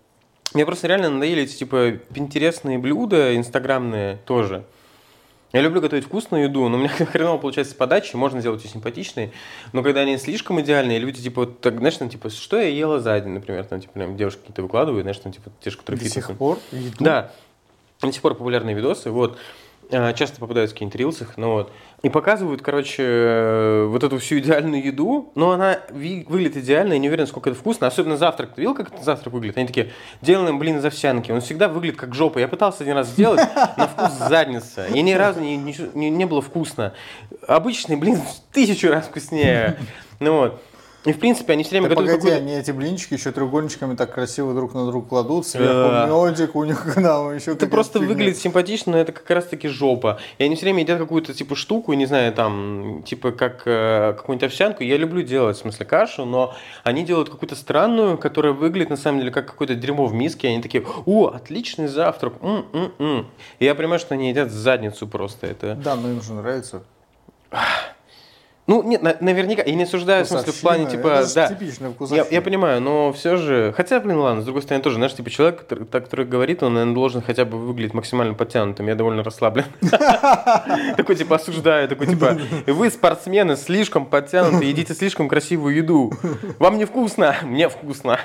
Мне просто реально надоели эти, типа, интересные блюда, инстаграмные тоже. Я люблю готовить вкусную еду, но у меня хреново получается с подачей, можно сделать ее симпатичной, но когда они слишком идеальные, люди, типа, вот так, знаешь, там, типа, что я ела за день, например, там, типа, прям девушки какие-то выкладывают, знаешь, там, типа, те же, которые До фитнесом. сих пор еду? Да, до сих пор популярные видосы, вот. А, часто попадаются в каких-нибудь рилсах, ну вот. И показывают, короче, э, вот эту всю идеальную еду, но она ви- выглядит идеально, я не уверен, сколько это вкусно. Особенно завтрак. Ты видел, как это завтрак выглядит? Они такие, делаем блин из овсянки. Он всегда выглядит как жопа. Я пытался один раз сделать, на вкус задница. И ни разу не, не, не- не было вкусно. Обычный блин в тысячу раз вкуснее. Ну вот. И, в принципе, они все время Да готовят погоди, какой-то... они эти блинчики еще треугольничками так красиво друг на друга кладут, сверху Да. медик у них, да, еще Это просто выглядит симпатично, но это как раз-таки жопа. И они все время едят какую-то типа штуку, не знаю, там, типа как э, какую-нибудь овсянку. Я люблю делать, в смысле, кашу, но они делают какую-то странную, которая выглядит на самом деле как какое-то дерьмо в миске. И они такие, о, отличный завтрак. М-м-м. И я понимаю, что они едят задницу просто. Это... Да, но им же нравится. Ну, нет, на- наверняка, я не осуждаю, в смысле, в плане, типа, это же да, типичная я, вкусовщина. я понимаю, но все же, хотя, блин, ладно, с другой стороны, тоже, знаешь, типа, человек, который, так, который говорит, он, наверное, должен хотя бы выглядеть максимально подтянутым, я довольно расслаблен. Такой, типа, осуждаю, такой, типа, вы, спортсмены, слишком подтянуты, едите слишком красивую еду, вам не вкусно, мне вкусно.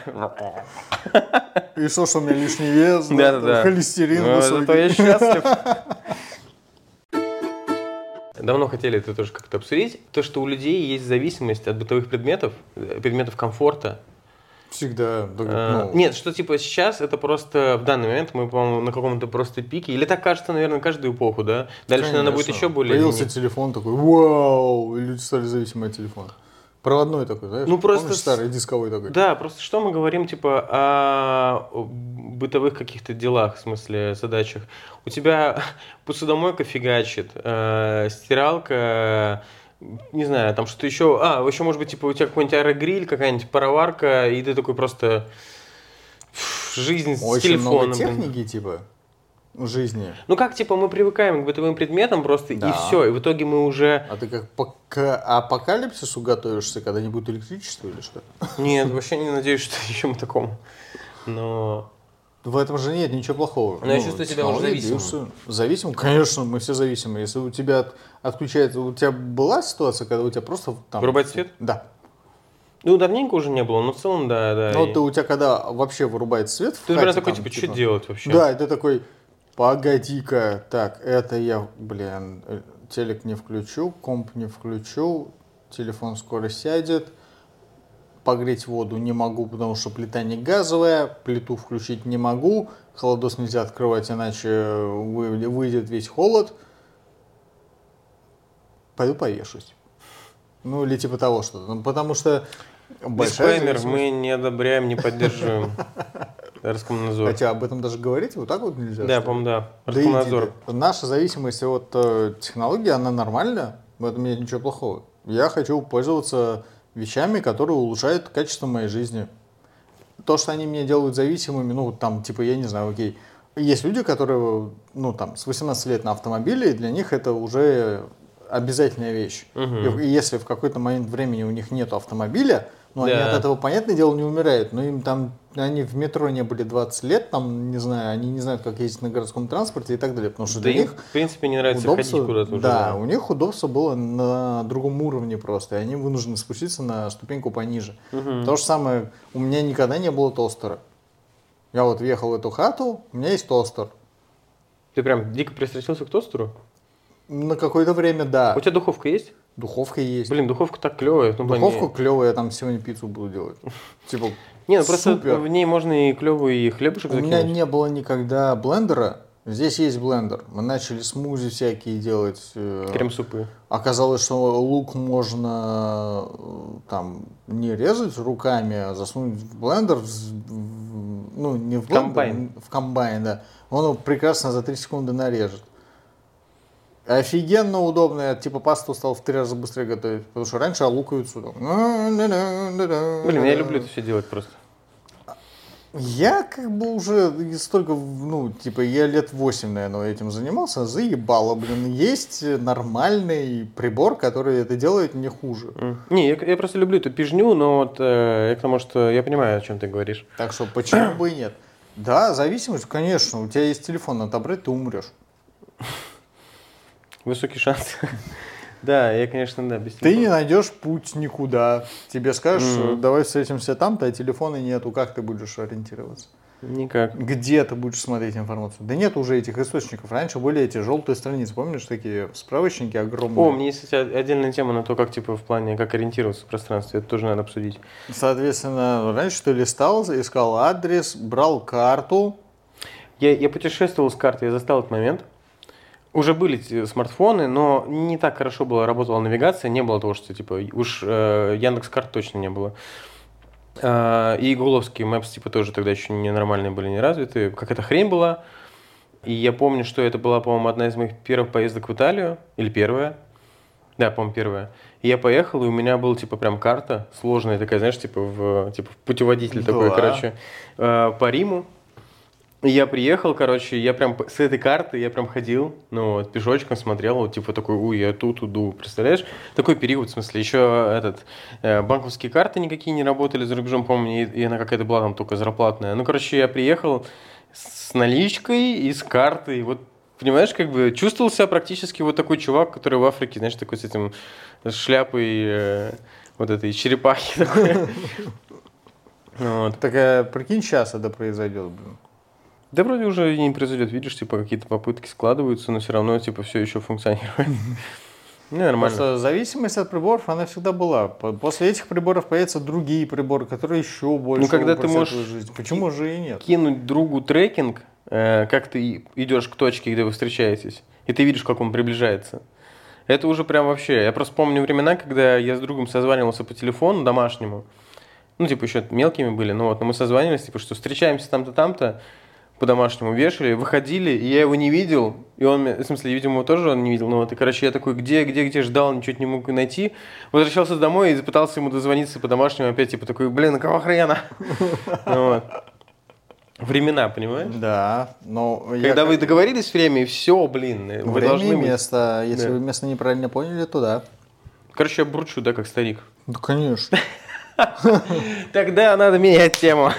И что, что у меня лишний вес, Да-да-да. холестерин Ну, высокий. зато я счастлив. Давно хотели это тоже как-то обсудить. То, что у людей есть зависимость от бытовых предметов, э, предметов комфорта. Всегда. да, А, ну, Нет, что типа сейчас это просто в данный момент мы, по-моему, на каком-то просто пике. Или так кажется, наверное, каждую эпоху, да? Дальше, наверное, будет конечно. еще более... Появился линейно. телефон такой, вау, и люди стали зависимы от телефона. Проводной такой, знаешь? Ну, просто Помнишь, с- старый дисковой такой? Да, просто что мы говорим, типа, о бытовых каких-то делах, в смысле, задачах. У тебя посудомойка фигачит, э, стиралка, не знаю, там что-то еще. А, еще, может быть, типа, у тебя какой-нибудь аэрогриль, какая-нибудь пароварка, и ты такой просто... пф, жизнь с Очень много телефоном. блин. техники, типа, в жизни. Ну как, типа, мы привыкаем к бытовым предметам просто, Да. и все. И в итоге мы уже... А ты как по- к апокалипсису готовишься, когда не будет электричества или что? Нет, вообще не надеюсь, что еще мы такому. Но... В этом же нет ничего плохого. Но я чувствую себя уже технологии зависимым. движутся. Зависимым? Конечно, мы все зависимы. Если у тебя от- отключается... У тебя была ситуация, когда у тебя просто... Там, Вырубает свет? Да. Ну, давненько уже не было, но в целом, да, да. Но и- вот у тебя когда вообще вырубает свет в Ты хате, прям такой, там, типа, что делать вообще? Да, и ты такой, погоди-ка, так, это я, блин, э, телек не включу, комп не включу, телефон скоро сядет, погреть воду не могу, потому что плита не газовая, плиту включить не могу, холодос нельзя открывать, иначе вы- выйдет весь холод. Пойду повешусь. Ну, или типа того что-то. Ну, потому что большая Дисклеймер, зависимость- мы не одобряем, не поддерживаем Роскомнадзор. Хотя об этом даже говорить вот так вот нельзя. Да, что ли? по-моему, да. Да Роскомнадзор. иди ты. Наша зависимость от э, технологий, она нормальная, в этом нет ничего плохого. Я хочу пользоваться вещами, которые улучшают качество моей жизни. То, что они меня делают зависимыми, ну, там, типа, я не знаю, окей. Есть люди, которые, ну, там, с восемнадцати лет на автомобиле, и для них это уже обязательная вещь. Мгм. И если в какой-то момент времени у них нет автомобиля, ну, они Да. от этого, понятное дело, не умирают, но им там, они в метро не были двадцать лет, там, не знаю, они не знают, как ездить на городском транспорте и так далее, потому что Да для им, них в принципе, не нравится удобство, ходить куда-то уже. да, у них удобство было на другом уровне просто, и они вынуждены спуститься на ступеньку пониже. Мгм. То же самое, у меня никогда не было тостера. Я вот въехал в эту хату, у меня есть тостер. Ты прям дико пристрастился к тостеру? На какое-то время, да. У тебя духовка есть? Духовка есть. Блин, духовка так клевая. Ну, Духовка плане- клевая, я там сегодня пиццу буду делать. Типа, Не, ну просто супер. в ней можно и клевый и хлебушек У меня закинуть. не было никогда блендера. Здесь есть блендер. Мы начали смузи всякие делать. э, Крем-супы. Оказалось, что лук можно э, там не резать руками, а засунуть в блендер, в- в- ну не в блендер, комбайн. в комбайн, да. Он его прекрасно за три секунды нарежет. Офигенно удобно, я типа пасту стал в три раза быстрее готовить, потому что раньше алукаются. Там. Блин, я люблю это все делать просто. Я как бы уже столько, ну, типа, я лет восемь, наверное, этим занимался, заебало, блин. Есть нормальный прибор, который это делает не хуже. М. Не, я, я просто люблю эту пижню, но вот э, я к тому, что я понимаю, о чем ты говоришь. Так что почему бы и нет? Да, зависимость, конечно. У тебя есть телефон, отобрать, ты умрешь. Высокий шанс. Да, я, конечно, да, без Ты телефона. не найдешь путь никуда. Тебе скажешь, Мгм. давай встретимся там-то, а телефона нету. Как ты будешь ориентироваться? Никак. Где ты будешь смотреть информацию? Да нет уже этих источников. Раньше были эти желтые страницы, помнишь, такие справочники огромные? О, у меня есть, кстати, отдельная тема на то, как, типа, в плане, как ориентироваться в пространстве. Это тоже надо обсудить. Соответственно, раньше ты листал, искал адрес, брал карту. Я, я путешествовал с картой, я застал этот момент. Уже были те смартфоны, но не так хорошо было, работала навигация, не было того, что, типа, уж э, Яндекс.Карт точно не было. А, и гугловские Maps, типа, тоже тогда еще ненормальные были, не развитые. Какая-то хрень была. И я помню, что это была, по-моему, одна из моих первых поездок в Италию. Или первая. Да, по-моему, первая. И я поехал, и у меня была, типа, прям карта сложная такая, знаешь, типа, в, типа, путеводитель такой, Да. короче, э, по Риму. И я приехал, короче, я прям п- с этой карты, я прям ходил, ну, вот, пешочком смотрел, вот, типа, такой, ой, я тут иду, представляешь? Такой период, в смысле, еще этот, э, банковские карты никакие не работали за рубежом, помню, и, и она какая-то была там только зарплатная. Ну, короче, я приехал с наличкой и с картой, вот, понимаешь, как бы чувствовал себя практически вот такой чувак, который в Африке, знаешь, такой с этим, с шляпой э, вот этой черепахи такой. Вот. Так, а прикинь, сейчас это произойдет, блин. Да вроде уже и не произойдет, видишь, типа какие-то попытки складываются, но все равно типа все еще функционирует. Ну, нормально. Просто зависимость от приборов, она всегда была. По- После этих приборов появятся другие приборы, которые еще больше когда ты упростят можешь твою жизнь. Почему же и нет? Кинуть другу трекинг, э, как ты идешь к точке, где вы встречаетесь, и ты видишь, как он приближается. Это уже прям вообще. Я просто помню времена, когда я с другом созванивался по телефону домашнему. Ну, типа, еще мелкими были, ну вот, но мы созванивались, типа, что встречаемся там-то, там-то, по-домашнему вешали, выходили, и я его не видел, и он, меня- в смысле, видимо, его тоже он не видел, ну вот, и, короче, я такой, где, где, где, ждал, ничего не мог найти, возвращался домой и пытался ему дозвониться по-домашнему, опять, типа, такой, блин, ну кого хрена? Ну вот. Времена, понимаешь? Да, но я Когда вы как- договорились время, и все, блин, вы время должны и быть. место. Если Да. вы место неправильно поняли, то да. Короче, я бурчу, да, как старик. Да, конечно. Тогда надо менять тему.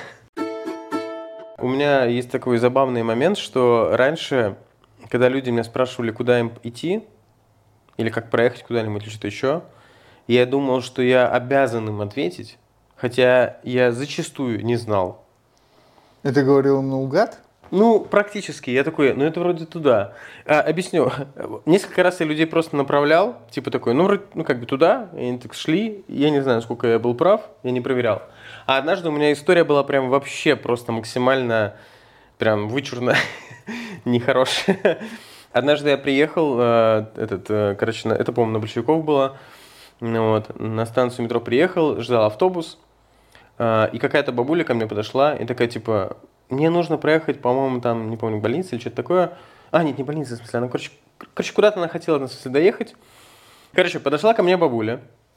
У меня есть такой забавный момент, что раньше, когда люди меня спрашивали, куда им идти, или как проехать куда-нибудь, или что-то еще, я думал, что я обязан им ответить, хотя я зачастую не знал. И ты говорил им наугад? Ну, практически. Я такой, ну это вроде туда. А, объясню. Несколько раз я людей просто направлял, типа такой, ну, вроде, ну как бы туда, и они так шли. Я не знаю, сколько я был прав, я не проверял. А однажды у меня история была прям вообще просто максимально, прям вычурно нехорошая. Однажды я приехал, э, этот, э, короче, на- это, по-моему, на Большевиков было, ну, вот, на станцию метро приехал, ждал автобус, а, и какая-то бабуля ко мне подошла и такая, типа, мне нужно проехать, по-моему, там, не помню, больница или что-то такое. А, нет, не больница, в смысле, она, короче, короче, куда-то она хотела, в смысле, доехать. Короче, подошла ко мне бабуля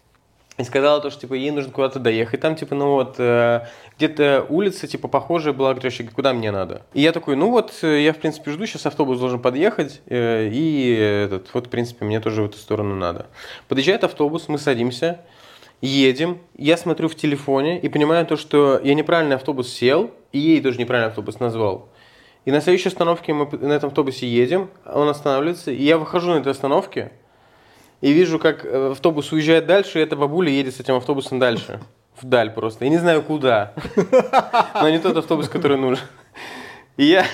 и сказала то, что, типа, ей нужно куда-то доехать. Там, типа, ну вот, э, где-то улица, типа, похожая была, говорю, куда мне надо. И я такой, ну вот, э, я, в принципе, жду, сейчас автобус должен подъехать, э, и этот, вот, в принципе, мне тоже в эту сторону надо. Подъезжает автобус, мы садимся, едем, я смотрю в телефоне и понимаю то, что я неправильный автобус сел, и ей тоже неправильный автобус назвал. И на следующей остановке мы на этом автобусе едем, он останавливается, и я выхожу на этой остановке, и вижу, как э, автобус уезжает дальше, и эта бабуля едет с этим автобусом дальше. Вдаль просто. Я не знаю куда. Но не тот автобус, который нужен. И я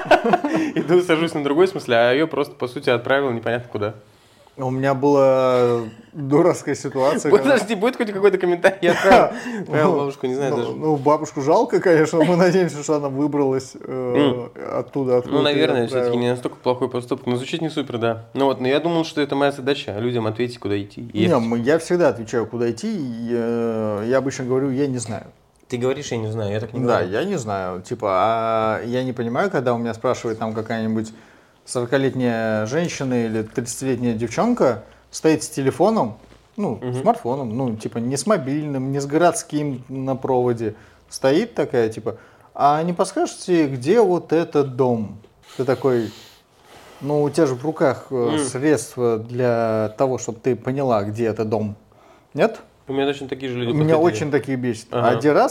иду, сажусь на другой, в смысле, а ее просто, по сути, отправил непонятно куда. У меня была дурацкая ситуация. когда- Подожди, будет хоть какой-то комментарий? Я отправил, отправил бабушку, не знаю Ну, даже. ну, бабушку жалко, конечно, мы надеемся, что она выбралась э, оттуда, откуда Ну, ты наверное, её все-таки отправил. не настолько плохой поступок, но звучит не супер, да. Ну вот, но я думал, что это моя задача, людям ответить, куда идти. и Не, ехать. мы- я всегда отвечаю, куда идти, и, э, я обычно говорю, я не знаю. Ты говоришь, я не знаю, я так не Да, говорю. я не знаю, типа, а я не понимаю, когда у меня спрашивает там какая-нибудь сорокалетняя женщина или тридцатилетняя девчонка, стоит с телефоном, ну, смартфоном, ну, типа, не с мобильным, не с городским на проводе, стоит такая, типа, а не подскажете, где вот этот дом? Ты такой, ну, у тебя же в руках э, Мгм. средства для того, чтобы ты поняла, где этот дом. Нет? У меня точно такие же люди Меня подходили. очень такие бесит. Ага. Один раз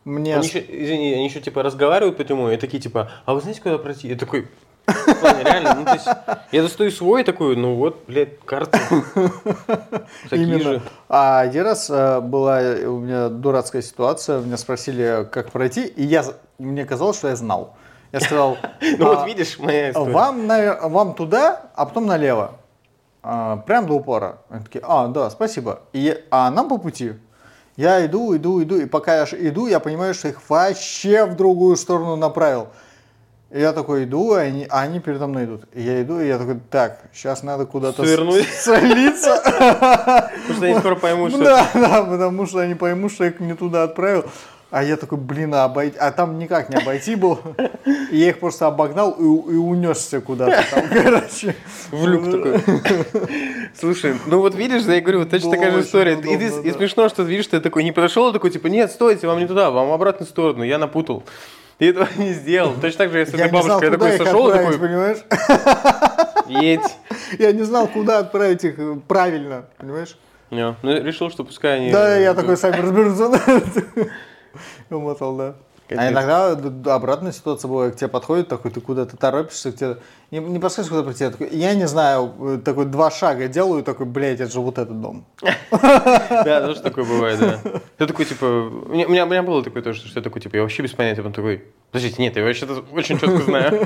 Мне... Они еще, извини, они еще типа разговаривают по этому и такие типа, а вы знаете, куда пройти? Я такой, в плане, реально, ну то есть, я достаю свой такой, ну вот, блядь, карты. Такие Именно. же. А один раз э, была у меня дурацкая ситуация, меня спросили, как пройти, и я, мне казалось, что я знал. Я сказал, Ну а, вот видишь, моя история. вам, навер- вам туда, а потом налево. А, прям до упора. Они такие, а, да, спасибо. И, я- а нам по пути. Я иду, иду, иду, и пока я ш- иду, я понимаю, что их вообще в другую сторону направил. И я такой иду, а они, а они передо мной идут. И я иду, и я такой, так, сейчас надо куда-то Свернуть. с- солиться. Потому что они скоро поймут, что... Да, да, потому что они поймут, что я их не туда отправил. А я такой, блин, а обойти... А там никак не обойти было. И я их просто обогнал и, и унесся куда-то там, короче. В люк такой. Слушай, ну вот видишь, я говорю, вот точно Было такая же очень история. удобно, И, ты- и да. смешно, что видишь, ты такой не подошел, такой типа, нет, стойте, вам не туда, вам в обратную сторону, я напутал. Ты этого не сделал. Точно так же я с Я этой не знал, бабушкой, я куда такой их сошел, отправить, такой, понимаешь? едь. Я не знал, куда отправить их э, правильно, понимаешь? Не, ну, решил, что пускай они... Да, я такой, сами разберутся. Умотал, да. А Капец. иногда д- д- обратная ситуация бывает, к тебе подходит такой, ты куда-то торопишься, к тебе не, не подскажешь, куда прийти. Я, такой, я не знаю, э, такой два шага делаю, такой, блядь, это же вот этот дом. Да, тоже такое бывает, да. Ты такой, типа, у меня, у меня у меня было такое тоже, что я такой, типа, я вообще без понятия, он такой, подождите, нет, я вообще-то очень четко знаю.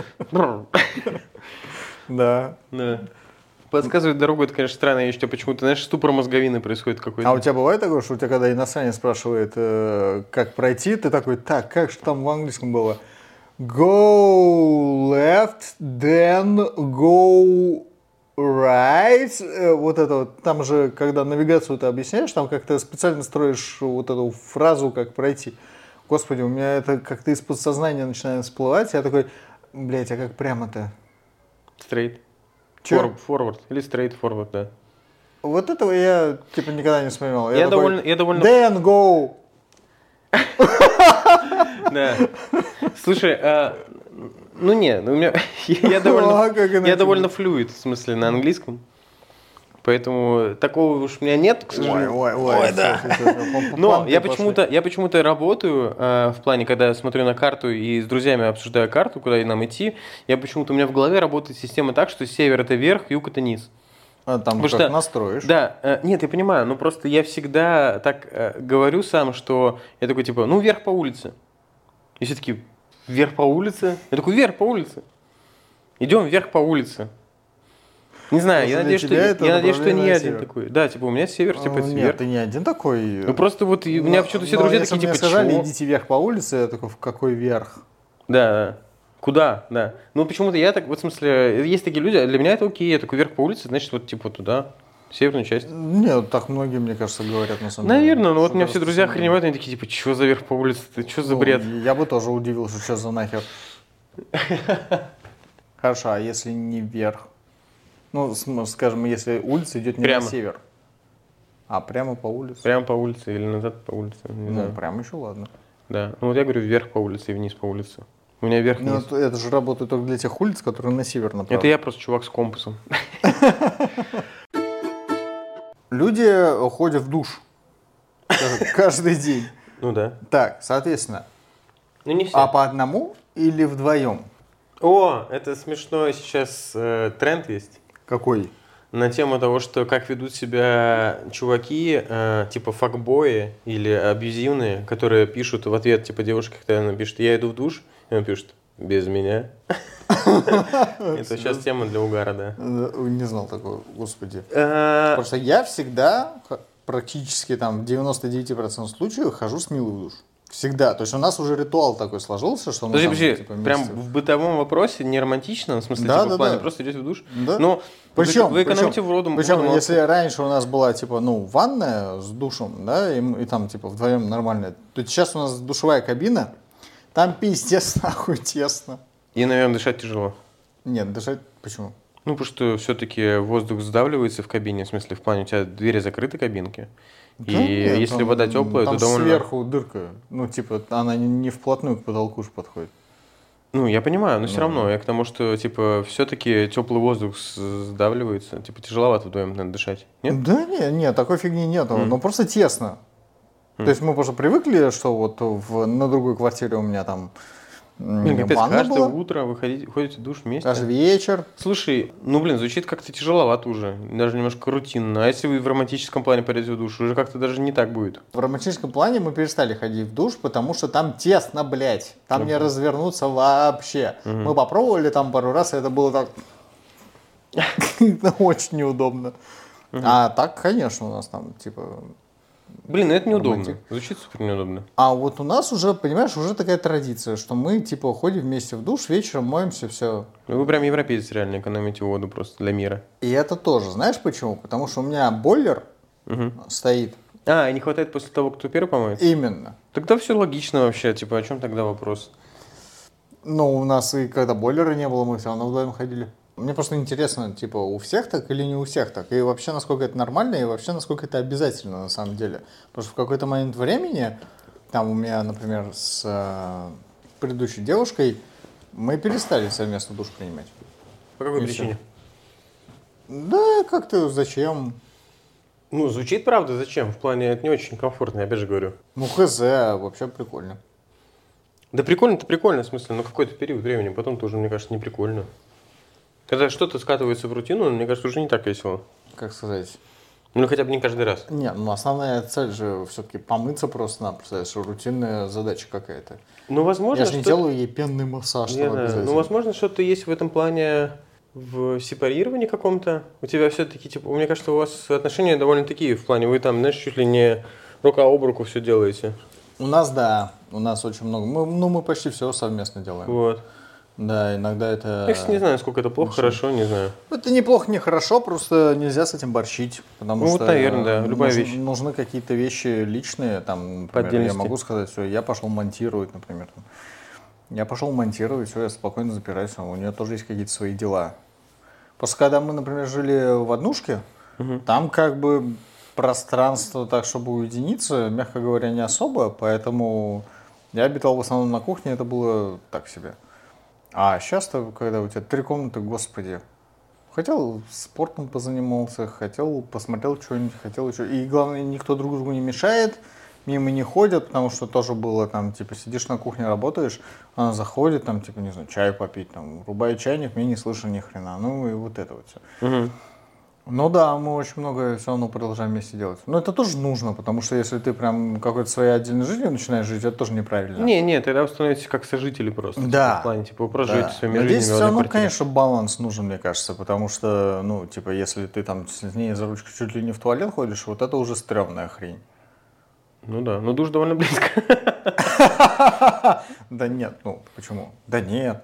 Да. Да. Подсказывать дорогу, это, конечно, странно, я считаю, почему-то, знаешь, ступор мозговины происходит какой-то. А у тебя бывает такое, что у тебя, когда иностранец спрашивает, э, как пройти, ты такой, так, как же там в английском было? Go left, then go right. Э, вот это вот, там же, когда навигацию ты объясняешь, там как-то специально строишь вот эту фразу, как пройти. Господи, у меня это как-то из подсознания начинает всплывать. Я такой, блядь, а как прямо-то? Straight. Чё? Forward. Или straight forward, да. Вот этого я, типа, никогда не вспоминал. Я такой, довольно- я довольно- Then go. Да. Слушай, а, ну не, ну у меня я А довольно, как иначе я довольно флюид, в смысле, на английском. Поэтому такого уж у меня нет, к Ой, сожалению. ой, ой. всё, всё, всё, по- по Но планке я пошли. почему-то, я почему-то работаю э, в плане, когда я смотрю на карту и с друзьями обсуждаю карту, куда нам идти, я почему-то у меня в голове работает система так, что север это верх, юг это низ. А там Потому как что- настроишь. Да, э, нет, я понимаю, но просто я всегда так э, говорю сам, что я такой типа, ну вверх по улице. И все таки вверх по улице? Я такой, вверх по улице. Идем вверх по улице. Не знаю, я Для надеюсь, что, тебя это я надеюсь, что не направление я на один север. такой. Да, типа у меня север, типа А, это Нет, вверх. ты не один такой. Ну просто вот и у меня почему-то все Но друзья если такие, мне типа, сказали, чего? идите вверх по улице, я такой, в какой вверх? Да, да. Куда, да. Ну почему-то я так, вот в смысле, есть такие люди, а для меня это окей, я такой вверх по улице, значит вот типа туда, северную часть. Нет, так многие, мне кажется, говорят на самом деле. Наверное, но вот Что у меня все кажется, друзья что- охреневают, они такие, типа, что за вверх по улице, ты что за Ну, бред? Я бы тоже удивился, что за нахер. Хорошо, а если не вверх? Ну, см- скажем, если улица идет не Прямо. на север, а прямо по улице? Прямо по улице или назад по улице, не Ну, знаю. прямо еще ладно. Да, ну вот я говорю вверх по улице и вниз по улице. У меня вверх Ну, вниз. это, это же работает только для тех улиц, которые на север направлены. Это я просто чувак с компасом. Люди ходят в душ кажд- каждый день. Ну да. Так, соответственно, Ну не все. а по одному или вдвоем? О, это смешной сейчас э, тренд есть. Какой? На тему того, что как ведут себя чуваки, э, типа факбои или абьюзивные, которые пишут в ответ, типа девушка, когда она пишет, я иду в душ, и он пишет, без меня. Это сейчас тема для угара, да. Э, Не знал такого, господи. Э, Просто я всегда, х- практически там в девяноста девяти процентах случаев, хожу с Милой в душ. Всегда. То есть у нас уже ритуал такой сложился, что мы Подожди, там, подожди, типа, прям вместе- в бытовом вопросе не романтично, в смысле, Да, типа, да, в плане да. просто идете в душ? Да. Ну, Причем, вы, вы экономите причем, воду. причем, воду, если раньше у нас была, типа, ну, ванная с душем, да, и, м- и там, типа, вдвоем нормально, то сейчас у нас душевая кабина, там пиздец нахуй тесно. И, наверное, дышать тяжело. Нет, дышать, почему? Ну, потому что все-таки воздух сдавливается в кабине, в смысле, в плане, у тебя двери закрыты кабинки. И Да нет, если там- вода теплая, там то довольно... сверху дырка, ну, типа, она не, не вплотную к потолку же подходит. Ну, я понимаю, но все Ну. равно. Я к тому, что, типа, все-таки теплый воздух с- сдавливается. Типа, тяжеловато вдвоем надо дышать. Нет? Да нет, нет, такой фигни нету, М. но просто тесно. Mm. То есть мы просто привыкли, что вот в, на другой квартире у меня там Блин, капец, каждое была. утро вы ходите, ходите в душ вместе? Каждый вечер. Слушай, ну блин, звучит как-то тяжеловато уже, даже немножко рутинно. А если вы в романтическом плане пойдете в душ, уже как-то даже не так будет. В романтическом плане мы перестали ходить в душ, потому что там тесно, блядь. Там ну, не развернуться вообще. Угу. Мы попробовали там пару раз, и это было так... очень неудобно. А так, конечно, у нас там, типа... Блин, ну это неудобно. Романтик. Звучит супер неудобно. А вот у нас уже, понимаешь, уже такая традиция, что мы, типа, ходим вместе в душ, вечером моемся, все. Вы прям европеец, реально, экономите воду просто для мира. И это тоже. Знаешь почему? Потому что у меня бойлер угу. стоит. А, и не хватает после того, кто первый помоет? Именно. Тогда все логично вообще. Типа, о чем тогда вопрос? Ну, у нас и когда бойлера не было, мы все равно вдвоем ходили. Мне просто интересно, типа, у всех так или не у всех так? И вообще, насколько это нормально, и вообще, насколько это обязательно на самом деле. Потому что в какой-то момент времени, там у меня, например, с э, предыдущей девушкой, мы перестали совместно душ принимать. По какой и причине? Все. Да, как-то зачем? Ну, звучит правда, зачем? В плане, это не очень комфортно, я опять же говорю. Ну, хз, вообще прикольно. Да прикольно-то прикольно, в смысле, но какой-то период времени, потом тоже, мне кажется, не прикольно. Когда что-то скатывается в рутину, мне кажется, уже не так весело. Как сказать? Ну, хотя бы не каждый раз. Не, ну основная цель же все-таки помыться просто-напросто, что рутинная задача какая-то. Ну, возможно, я же не что... делаю ей пенный массаж. Не, да. Ну, возможно, что-то есть в этом плане в сепарировании каком-то. У тебя все-таки, типа, мне кажется, у вас отношения довольно такие в плане, вы там, знаешь, чуть ли не рука об руку все делаете. У нас, да, у нас очень много. Мы, ну, мы почти все совместно делаем. Вот. Да, иногда это... Я, кстати, не знаю, сколько это плохо, Очень... хорошо, не знаю. Это неплохо, не хорошо, просто нельзя с этим борщить, потому ну, что... вот, наверное, да, любая нужны, вещь. Нужны какие-то вещи личные, там, например, я могу сказать, все, я пошел монтировать, например. Там. Я пошел монтировать, все, я спокойно запираюсь, а у нее тоже есть какие-то свои дела. Просто когда мы, например, жили в однушке, угу. там как бы пространство так, чтобы уединиться, мягко говоря, не особо, поэтому я обитал в основном на кухне, это было так себе. А сейчас-то, когда у тебя три комнаты, господи, хотел спортом позанимался, хотел посмотрел что-нибудь, хотел еще. И главное, никто друг другу не мешает, мимо не ходят, потому что тоже было там, типа, сидишь на кухне, работаешь, она заходит, там, типа, не знаю, чай попить, там, рубает чайник, мне не слышно ни хрена. Ну и вот это вот все. Угу. Ну да, мы очень много все равно продолжаем вместе делать. Но это тоже нужно, потому что если ты прям какой-то своей отдельной жизнью начинаешь жить, это тоже неправильно. Не, не, тогда вы становитесь как сожители просто. Да. Типа, в плане, типа, вы проживете да. своими Но жизнями. Здесь все равно, конечно, баланс нужен, мне кажется, потому что, ну, типа, если ты там с ней за ручку чуть ли не в туалет ходишь, вот это уже стрёмная хрень. Ну да, но душ довольно близко. Да нет, ну, почему? Да нет.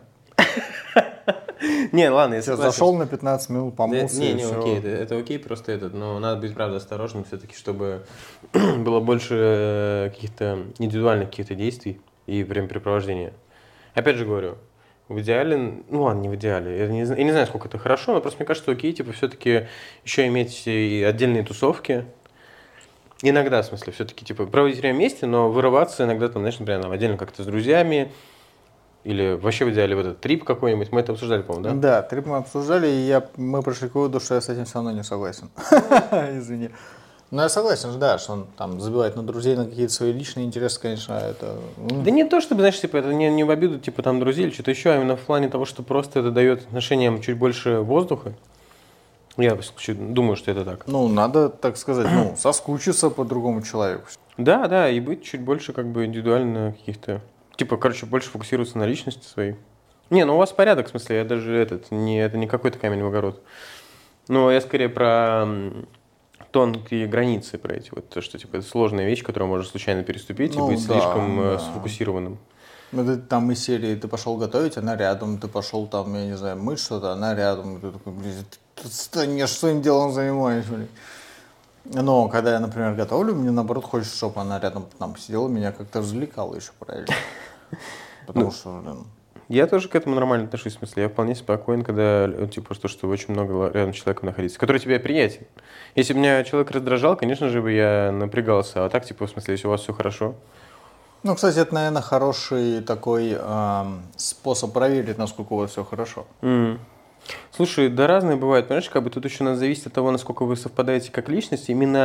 Не, ладно, если зашел на пятнадцать минут, помылся. Не, не, окей, это, это окей, просто этот, но надо быть, правда, осторожным все-таки, чтобы было больше каких-то индивидуальных каких-то действий и времяпрепровождения. Опять же говорю, в идеале, ну ладно, не в идеале, я не, я не знаю, сколько это хорошо, но просто мне кажется, окей, типа, все-таки еще иметь и отдельные тусовки. Иногда, в смысле, все-таки, типа, проводить время вместе, но вырываться иногда, там, знаешь, например, там, отдельно как-то с друзьями, или вообще в идеале вот этот трип какой-нибудь. Мы это обсуждали, по-моему, да? Да, трип мы обсуждали, и я, мы пришли к выводу, что я с этим все равно не согласен. Извини. Но я согласен, да, что он там забивает на друзей, на какие-то свои личные интересы, конечно, это... Да не то, чтобы, знаешь, типа, это не, не в обиду, типа, там, друзей или что-то еще, а именно в плане того, что просто это дает отношениям чуть больше воздуха. Я думаю, что это так. Ну, надо, так сказать, ну, соскучиться по другому человеку. Да, да, и быть чуть больше, как бы, индивидуально каких-то... Типа, короче, больше фокусироваться на личности своей. Не, ну у вас порядок, в смысле, я даже этот, не, это не какой-то камень в огород. Но я скорее про тонкие границы, про эти вот, то, что, типа, это сложная вещь, которую можно случайно переступить ну, и быть да, слишком да. сфокусированным. Ну, ты там из серии, ты пошел готовить, она рядом, ты пошел там, я не знаю, мыть что-то, она рядом, и ты такой, блин, ты станешь своим делом занимаешь, блин. Но когда я, например, готовлю, мне наоборот хочется, чтобы она рядом там сидела, меня как-то развлекала еще правильно. Потому ну, что, блин... Я тоже к этому нормально отношусь, в смысле, я вполне спокоен, когда, типа, просто, что очень много рядом человека находится, который тебе приятен. Если бы меня человек раздражал, конечно же, бы я напрягался, а так, типа, в смысле, если у вас все хорошо. Ну, кстати, это, наверное, хороший такой э, способ проверить, насколько у вас все хорошо. Mm. Слушай, да разные бывают, понимаешь, как бы тут еще надо зависеть от того, насколько вы совпадаете как личность, именно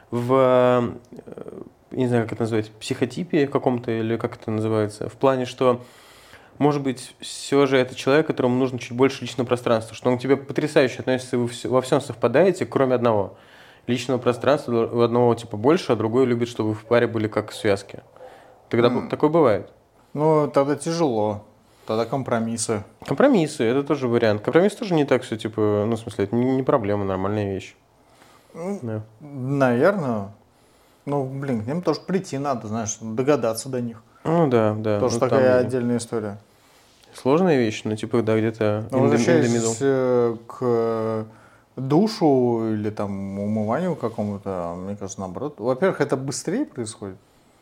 в, э, не знаю, как это называется, психотипе каком-то или как это называется, в плане, что, может быть, все же это человек, которому нужно чуть больше личного пространства, что он к тебе потрясающе относится, вы вс- во всем совпадаете, кроме одного. Личного пространства у одного типа больше, а другой любит, чтобы вы в паре были как в связке. Тогда б- такое бывает. Ну, тогда тяжело. Тогда компромиссы. Компромиссы, это тоже вариант. Компромисс тоже не так все, типа, ну, в смысле, это не, не проблема, нормальная вещь. Да. Наверное. Ну, блин, к ним тоже прийти надо, знаешь, догадаться до них. Ну да, да. Тоже ну, такая там отдельная история. сложная вещь, но типа, да, где-то Но in the, in the возвращаясь middle. э, к душу или там умыванию какому-то, мне кажется, наоборот. Во-первых, это быстрее происходит.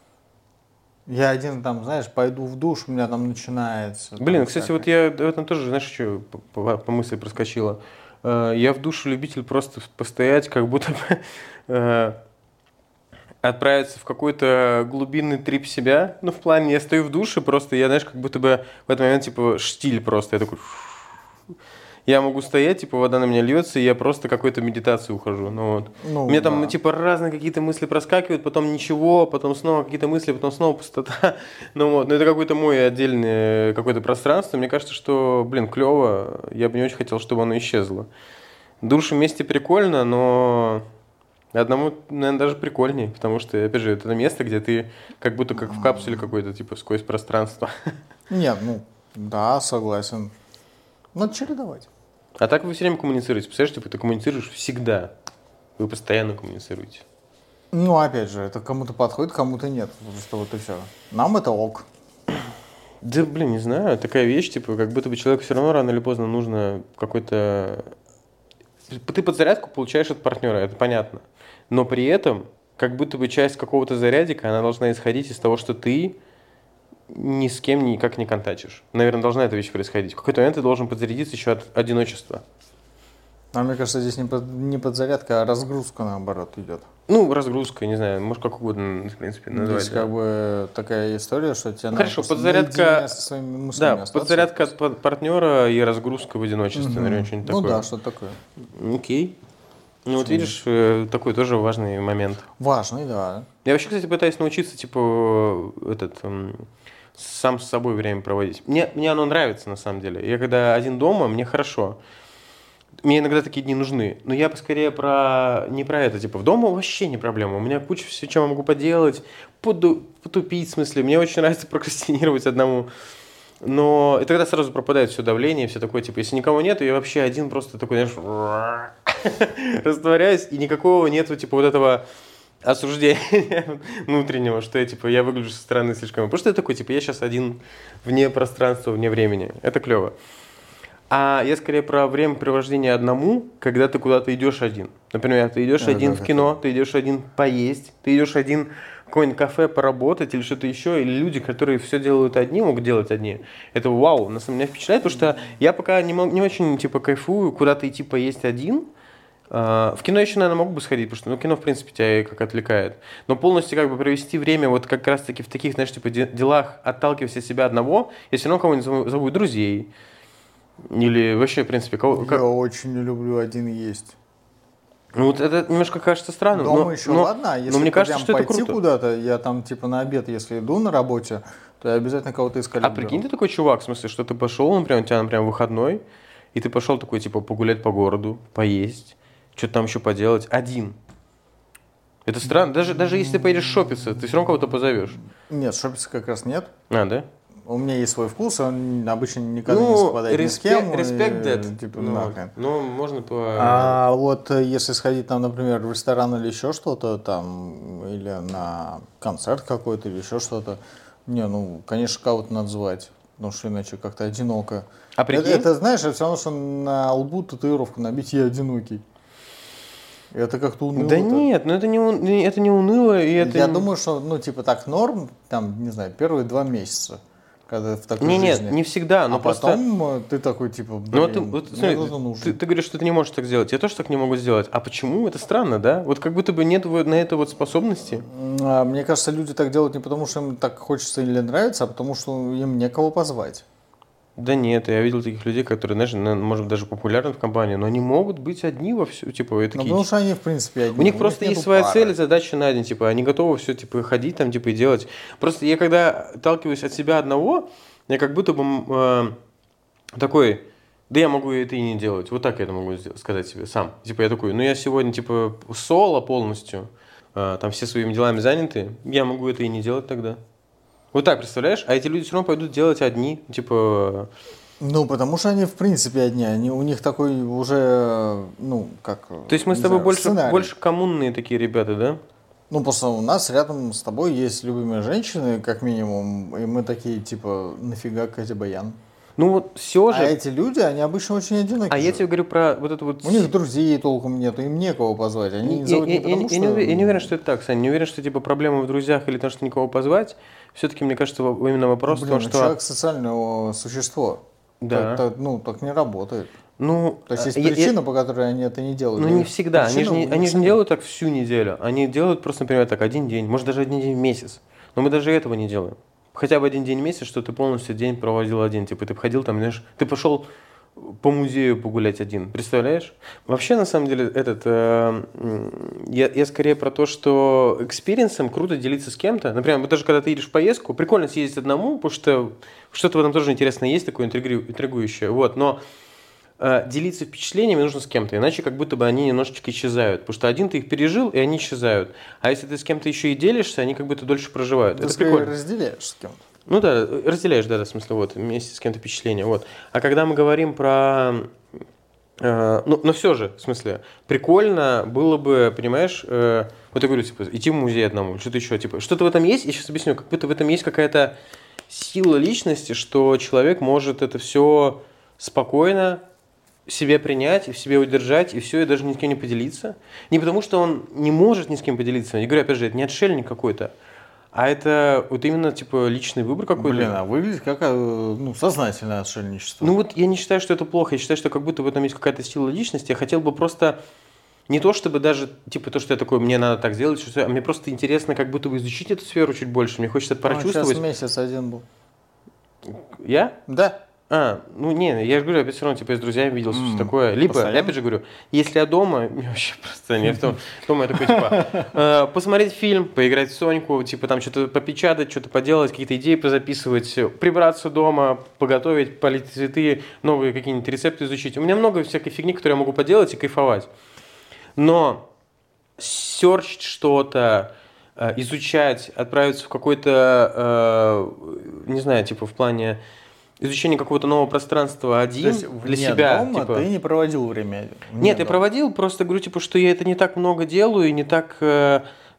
Я один там, знаешь, пойду в душ, у меня там начинается. Блин, там кстати, всякое. вот я в этом тоже, знаешь, что по, по- по мысли проскочила. Э, Я в душе любитель просто постоять, как будто бы э, отправиться в какой-то глубинный трип себя. Ну, в плане, я стою в душе, просто я, знаешь, как будто бы в этот момент, типа, штиль просто. Я такой... Я могу стоять, типа, вода на меня льется, и я просто какой-то медитацию ухожу. Ну, вот. Ну, У меня там, да. типа, разные какие-то мысли проскакивают, потом ничего, потом снова какие-то мысли, потом снова пустота. Ну, вот. Но это какой-то мой отдельный какое-то пространство. Мне кажется, что, блин, клево. Я бы не очень хотел, чтобы оно исчезло. Душ вместе прикольно, но одному, наверное, даже прикольнее, потому что, опять же, это место, где ты как будто как в капсуле какой-то, типа, сквозь пространство. Нет, ну, да, согласен. Надо чередовать. А так вы все время коммуницируете. Представляешь, типа, ты коммуницируешь всегда. Вы постоянно коммуницируете. Ну, опять же, это кому-то подходит, кому-то нет. Просто вот и все. Нам это ок. Да, блин, не знаю. Такая вещь, типа, как будто бы человеку все равно рано или поздно нужно какой-то... Ты подзарядку получаешь от партнера, это понятно. Но при этом, как будто бы часть какого-то зарядика, она должна исходить из того, что ты ни с кем никак не контачишь. Наверное, должна эта вещь происходить. В какой-то момент ты должен подзарядиться еще от одиночества. А мне кажется, здесь не, под, не подзарядка, а разгрузка наоборот идет. Ну, разгрузка, не знаю, может, как угодно, в принципе, назвать. Здесь да. как бы такая история, что тебе надо Хорошо, просто подзарядка, наедине со своими мыслями да, остаться. подзарядка от пар- партнера и разгрузка в одиночестве, Мгм. наверное, что-нибудь Ну такое. да, что такое. Окей. Ну вот Почему видишь, э, такой тоже важный момент. Важный, да. Я вообще, кстати, пытаюсь научиться, типа, этот, эм, сам с собой время проводить. Мне, мне оно нравится, на самом деле. Я когда один дома, мне хорошо. Мне иногда такие дни нужны. Но я бы скорее про... Не про это, типа, в дома вообще не проблема. У меня куча всего, чем я могу поделать, поду- потупить, в смысле. Мне очень нравится прокрастинировать одному. Но и тогда сразу пропадает все давление, все такое, типа, если никого нет, я вообще один просто такой, знаешь, растворяюсь, и никакого нету, типа, вот этого осуждения внутреннего, что я, типа, я выгляжу со стороны слишком. Потому что я такой, типа, я сейчас один вне пространства, вне времени. Это клево. А я скорее про времяпрепровождение одному, когда ты куда-то идешь один. Например, ты идешь Это один как в это? кино, ты идешь один поесть, ты идешь один в какое-нибудь кафе поработать или что-то еще, или люди, которые все делают одни, могут делать одни. Это вау, на самом деле впечатляет, потому что я пока не, мо- не очень типа кайфую куда-то идти поесть один. А, В кино еще, наверное, могу бы сходить, потому что ну, кино, в принципе, тебя и как отвлекает. Но полностью как бы провести время вот как раз-таки в таких, знаешь, типа де- делах, отталкиваясь от себя одного, я все равно кого-нибудь зову, зову друзей. Или вообще, в принципе, кого, Я как- очень не люблю один есть. Ну, вот это немножко кажется странным. Дома но, еще но- ладно, а но если мне кажется, прям что это пойти круто. куда-то, я там типа на обед, если иду на работе, то я обязательно кого-то из коллег А прикинь, беру. ты такой чувак, в смысле, что ты пошел, например, у тебя, например, выходной, и ты пошел такой, типа, погулять по городу, поесть, что-то там еще поделать, один. Это странно. Даже, даже если ты поедешь шопиться, ты все равно кого-то позовешь. Нет, шопиться как раз нет. А, да? У меня есть свой вкус, он обычно никогда не Ну, совпадает ни с кем. и, респект that. Типа, Ну, нахрен. ну, можно по... А вот э, если сходить там, например, в ресторан или еще что-то там, или на концерт какой-то, или еще что-то, не, ну, конечно, кого-то надо звать, потому что иначе как-то одиноко. А Это, прикинь? это, знаешь, это все равно, что на лбу татуировку набить «Я одинокий». Это как-то уныло. Да нет, ну это не, ун- это не уныло, и это... Я не- думаю, что, ну, типа так норм, там, не знаю, первые два месяца, когда в такой Не, нет, жизни. не всегда, но а просто... потом э, ты такой, типа, блин, Ну вот, ты, вот мне смотри, кто-то нужен. ты, ты говоришь, что ты не можешь так сделать. Я тоже так не могу сделать. А почему? Это странно, да? Вот как будто бы нет вот на это вот способности. А, Мне кажется, люди так делают не потому, что им так хочется или нравится, а потому, что им некого позвать. Да нет, я видел таких людей, которые, знаешь, на- может быть, даже популярны в компании, но они могут быть одни во все, типа, и Ну, такие, потому что они, в принципе, одни. у них У просто есть нету своя пары. цель и задача на день, типа, они готовы все, типа, ходить там, типа, и делать. Просто я когда отталкиваюсь от себя одного, я как будто бы м, э, такой, да я могу это и не делать. Вот так я это могу сделать- сказать себе сам. Типа, я такой, ну я сегодня, типа, соло полностью, э, там все своими делами заняты, я могу это и не делать тогда. Вот так, представляешь? А эти люди все равно пойдут делать одни, типа, Ну, потому что они, в принципе, одни. Они, у них такой уже, ну, как, то есть мы с не тобой знаю, больше, сценарий. больше коммунные такие ребята, да? Ну, просто у нас рядом с тобой есть любимые женщины, как минимум, и мы такие, типа, нафига Катя Баян? Ну вот все А же. эти люди, они обычно очень А одинокие я же. тебе говорю про вот это вот... У них друзей толком нету, им некого позвать. Они Я, не зовут я- не я- потому, я что... не уверен, я не уверен, что это так, Саня. Не уверен, что типа проблема в друзьях или то, что никого позвать. Все-таки, мне кажется, во- именно вопрос в Блин, том, ну что... человек социальное существо. Да. Так, так, ну, так не работает. Ну, То есть а, есть я- я- причина, по которой они это не делают. ну И не всегда. Они причина же не, у них они же не самих. делают так всю неделю. Они делают просто, например, так один день, может даже один день в месяц. Но мы даже этого не делаем. Хотя бы один день в месяц, что ты полностью день проводил один. Типа ты ходил там, знаешь, ты пошел по музею погулять один. Представляешь? Вообще, на самом деле, этот... э, м, я, я скорее про то, что экспириенсом круто делиться с кем-то. Например, вот даже когда ты едешь в поездку, прикольно съездить одному, потому что что-то в этом тоже интересное есть, такое интригу- интригующее. Вот, но э, делиться впечатлениями нужно с кем-то, иначе как будто бы они немножечко исчезают. Потому что один ты их пережил, и они исчезают. А если ты с кем-то еще и делишься, они как будто дольше проживают. Ты Это скорее прикольно. разделяешь с кем-то. Ну да, разделяешь, да, да, в смысле, вот, вместе с кем-то впечатление, вот. А когда мы говорим про... э, ну, но все же, в смысле, прикольно было бы, понимаешь, э, вот я говорю, типа, идти в музей одному, или что-то еще, типа, что-то в этом есть, я сейчас объясню, как будто в этом есть какая-то сила личности, что человек может это все спокойно себе принять, и в себе удержать, и все, и даже ни с кем не поделиться. Не потому, что он не может ни с кем поделиться, я говорю, опять же, это не отшельник какой-то, а это вот именно, типа, личный выбор какой-то. Блин, а выглядит как э, ну, сознательное отшельничество. Ну вот я не считаю, что это плохо, я считаю, что как будто в этом есть какая-то сила личности. Я хотел бы просто не то, чтобы даже, типа, то, что я такой, мне надо так сделать, что, а мне просто интересно как будто бы изучить эту сферу чуть больше. Мне хочется это Он сейчас прочувствовать. месяц один был. Я? Да. А, ну не, я же говорю, опять все равно, типа, я с друзьями виделся, М, все такое. Либо, постоянно? я опять же говорю, если я дома, я вообще просто не в том, дома я такой, типа, э, посмотреть фильм, поиграть в Соньку, типа, там что-то попечатать, что-то поделать, какие-то идеи позаписывать, прибраться дома, поготовить, полить цветы, новые какие-нибудь рецепты изучить. У меня много всякой фигни, которую я могу поделать и кайфовать. Но серчить что-то, э, изучать, отправиться в какой-то, э, не знаю, типа, в плане изучение какого-то нового пространства один То есть для вне себя. дома типа. ты не проводил время? вне Нет, я дома? проводил, просто говорю, типа, что я это не так много делаю и не так э,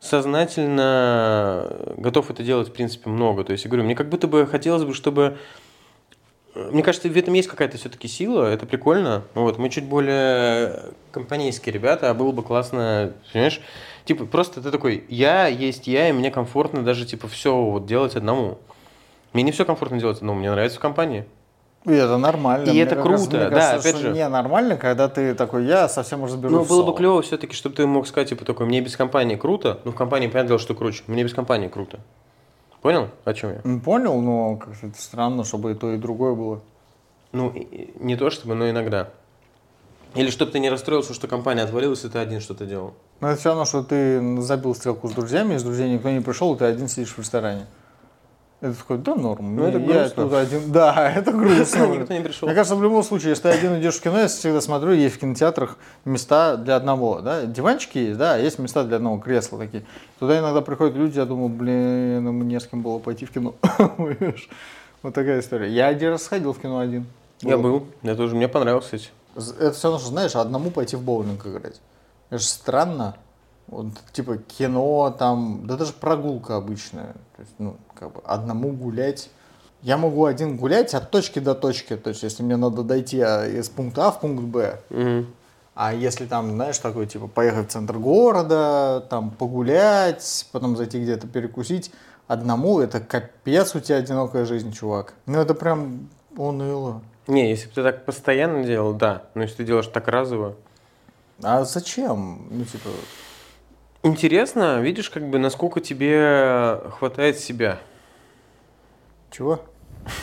сознательно готов это делать, в принципе, много. То есть, я говорю, мне как будто бы хотелось бы, чтобы... Мне кажется, в этом есть какая-то все-таки сила, это прикольно. Вот, мы чуть более компанейские ребята, а было бы классно, понимаешь? Типа, просто ты такой, я есть я, и мне комфортно даже, типа, все вот делать одному. Мне не все комфортно делать одному, мне нравится в компании. И это нормально. И Мне это как раз- круто, мне да, кажется, опять что же. не нормально, когда ты такой, я совсем разберусь Ну, в было бы соло. клево все-таки, чтобы ты мог сказать, типа, такой, мне без компании круто, ну, в компании, понятное дело, что круче, мне без компании круто. Понял, о чем я? Ну, понял, но как-то это странно, чтобы и то, и другое было. Ну, и- и не то чтобы, но иногда. Или чтобы ты не расстроился, что компания отвалилась, и ты один что-то делал. Но это все равно, что ты забил стрелку с друзьями, из друзей никто не пришел, и ты один сидишь в ресторане. Это такой, да, норм. Ну, это я грустно. тут один. Да, это грустно. Никто не пришел. Мне кажется, в любом случае, если ты один идешь в кино, я всегда смотрю, есть в кинотеатрах места для одного, да, диванчики есть, да, а есть места для одного, кресла такие. Туда иногда приходят люди, я думаю, блин, ну мне с кем было пойти в кино. Понимаешь? Вот такая история. Я один раз сходил в кино один. Я Вот. был, я тоже, мне понравилось, кстати. Это все равно, что, знаешь, одному пойти в боулинг играть. Это же странно. Вот, типа кино, там, да даже прогулка обычная. То есть, ну, как бы одному гулять. Я могу один гулять от точки до точки. То есть, если мне надо дойти а, из пункта А в пункт Б. Мгм. А если там, знаешь, такой, типа, поехать в центр города, там, погулять, потом зайти где-то перекусить, одному, это капец у тебя одинокая жизнь, чувак. Ну, это прям уныло. Не, если бы ты так постоянно делал, да. Но если ты делаешь так разово. А зачем? Ну, типа... Интересно, видишь, как бы, насколько тебе хватает себя. Чего?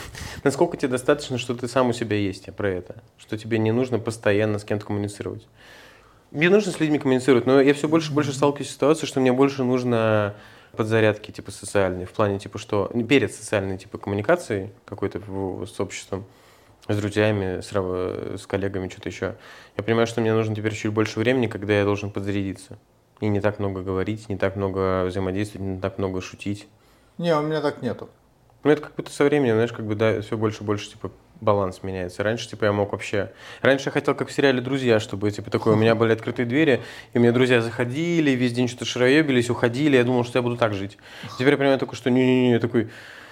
Насколько тебе достаточно, что ты сам у себя есть, я про это, что тебе не нужно постоянно с кем-то коммуницировать. Мне нужно с людьми коммуницировать, но я все больше и больше сталкиваюсь с ситуацией, что мне больше нужно подзарядки типа социальные, в плане типа что, перед социальной типа коммуникацией какой-то в- с обществом, с друзьями, с, раб- с коллегами, что-то еще. Я понимаю, что мне нужно теперь чуть больше времени, когда я должен подзарядиться. И не так много говорить, не так много взаимодействовать, не так много шутить. Не, у меня так нету. Ну, это как будто со временем, знаешь, как бы, да, все больше и больше, типа, баланс меняется. Раньше, типа, я мог вообще... Раньше я хотел, как в сериале «Друзья», чтобы, типа, такое, у меня были открытые двери, и у меня друзья заходили, весь день что-то шароебились, уходили, я думал, что я буду так жить. Теперь я понимаю только, что не-не-не, я такой...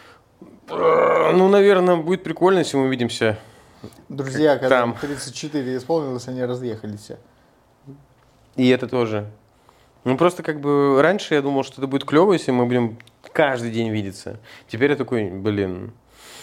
Ну, наверное, будет прикольно, если мы увидимся. Друзья, когда Там. тридцать четыре исполнилось, они разъехались все. И это тоже. Ну, просто как бы раньше я думал, что это будет клево, если мы будем каждый день видеться. Теперь я такой, блин,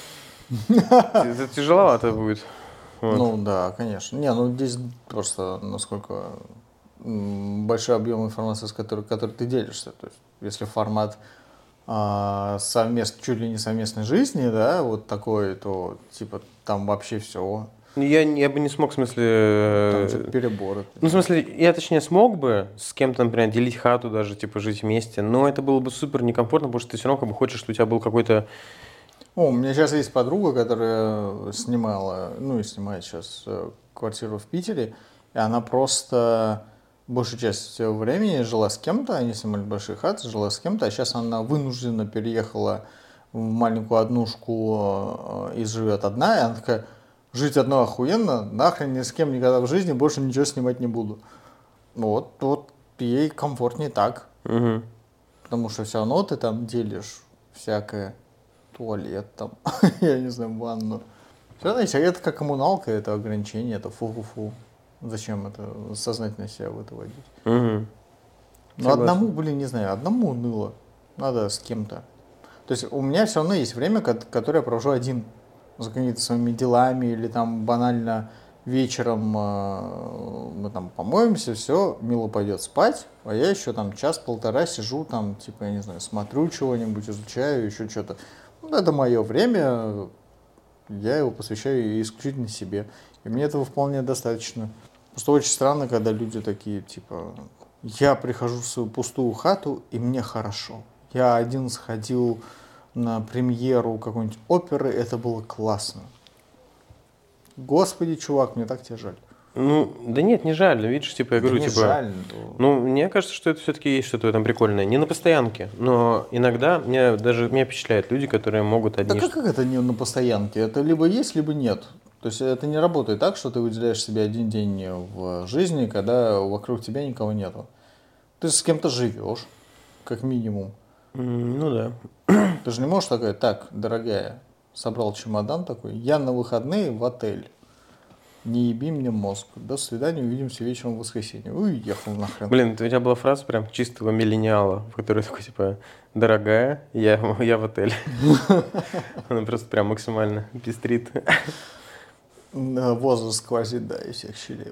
это тяжеловато будет. Вот. Ну да, конечно. Не, ну здесь просто насколько м, большой объем информации, с которой, которой ты делишься. То есть, если формат а, совмест, чуть ли не совместной жизни, да, вот такой, то типа там вообще все. Ну, Я, не- я бы не смог, в смысле... Там э, что-то переборы. Ну, в смысле, я точнее смог бы с кем-то, например, делить хату даже, типа, жить вместе, но это было бы супер некомфортно, потому что ты все равно как бы хочешь, чтобы у тебя был какой-то... О, у меня сейчас есть подруга, которая снимала, ну и снимает сейчас э, квартиру в Питере, и она просто большую часть своего времени жила с кем-то, они снимали большие хаты, жила с кем-то, а сейчас она вынужденно переехала в маленькую однушку э, и живет одна, и она такая, жить одной охуенно, нахрен ни с кем никогда в жизни больше ничего снимать не буду. Вот, вот ей комфортнее так, Мгм. потому что все равно ты там делишь всякое. Туалет там, я не знаю, ванну. Все равно, если это как коммуналка, это ограничение, это фу-фу-фу. Зачем это сознательно себя в это водить? Мгм. Ну, Согласен. одному, блин, не знаю, одному уныло. Надо с кем-то. То есть у меня все равно есть время, ко- которое я провожу один. За какими-то своими делами или там банально вечером э, мы там помоемся, все, Мила пойдет спать, а я еще там час-полтора сижу там, типа, я не знаю, смотрю чего-нибудь, изучаю, еще что-то. Ну, это мое время, я его посвящаю исключительно себе. И мне этого вполне достаточно. Просто очень странно, когда люди такие, типа, я прихожу в свою пустую хату, и мне хорошо. Я один сходил на премьеру какой-нибудь оперы, это было классно. Господи, чувак, мне так тебя жаль. Ну, да нет, не жаль. Видишь, типа, я Да говорю, не типа... жаль. ну. Ну, мне кажется, что это все-таки есть что-то в этом прикольное. Не на постоянке, но иногда мне даже меня впечатляют люди, которые могут Да одни... как, как это не на постоянке? Это либо есть, либо нет. То есть это не работает так, что ты выделяешь себе один день в жизни, когда вокруг тебя никого нету. Ты с кем-то живешь, как минимум. М, Ну да. Ты же не можешь такая, так, дорогая, собрал чемодан такой, я на выходные в отель. Не еби мне мозг. До свидания, увидимся вечером в воскресенье. Уехал нахрен. Блин, у тебя была фраза прям чистого миллениала, в которой такой, типа, дорогая, я, я в отеле. Она просто прям максимально пестрит. Да, возраст сквозит, да, из всех щелей.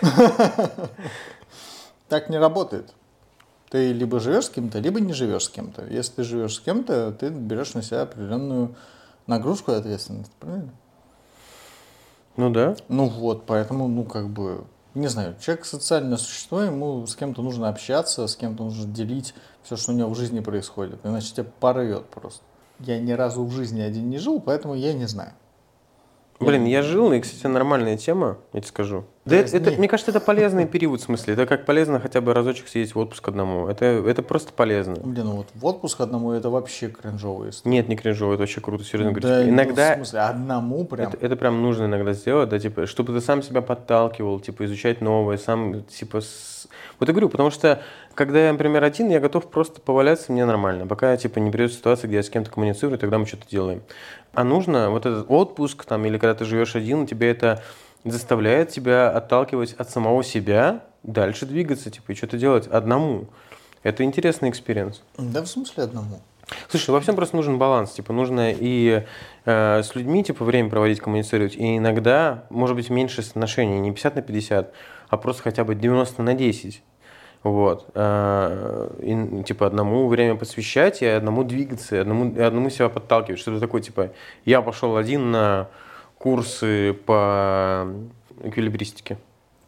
Так не работает. Ты либо живешь с кем-то, либо не живешь с кем-то. Если ты живешь с кем-то, ты берешь на себя определенную нагрузку и ответственность, правильно? Ну да. Ну вот, поэтому, ну как бы, не знаю, человек социальное существо, ему с кем-то нужно общаться, с кем-то нужно делить все, что у него в жизни происходит, иначе тебя порвет просто. Я ни разу в жизни один не жил, поэтому я не знаю. Блин, я жил, и, кстати, нормальная тема, я тебе скажу. Да это, это- мне кажется, это полезный период, в смысле. Это как полезно хотя бы разочек съездить в отпуск одному. Это, это просто полезно. Блин, ну вот в отпуск одному это вообще кринжовая история. Нет, не кринжово, это вообще круто, серьезно говорю. Да, Типа, ну, иногда в смысле, одному прям. это, это прям нужно иногда сделать, да, типа, чтобы ты сам себя подталкивал, типа, изучать новое, сам, типа, с... Вот я говорю, потому что, когда я, например, один, я готов просто поваляться, мне нормально. Пока, типа, не придет ситуация, где я с кем-то коммуницирую, тогда мы что-то делаем. А нужно вот этот отпуск, там, или когда ты живешь один, тебе это заставляет тебя отталкивать от самого себя, дальше двигаться, типа, и что-то делать одному. Это интересный экспириенс. Да, в смысле одному. Слушай, во всем просто нужен баланс. Типа, нужно и э, с людьми типа, время проводить, коммуницировать, и иногда, может быть, меньше отношений, не пятьдесят на пятьдесят, а просто хотя бы девяносто на десять. Вот. А, и, типа, одному время посвящать, и одному двигаться, и одному, и одному себя подталкивать. Что-то такое, типа, я пошел один на курсы по эквилибристике.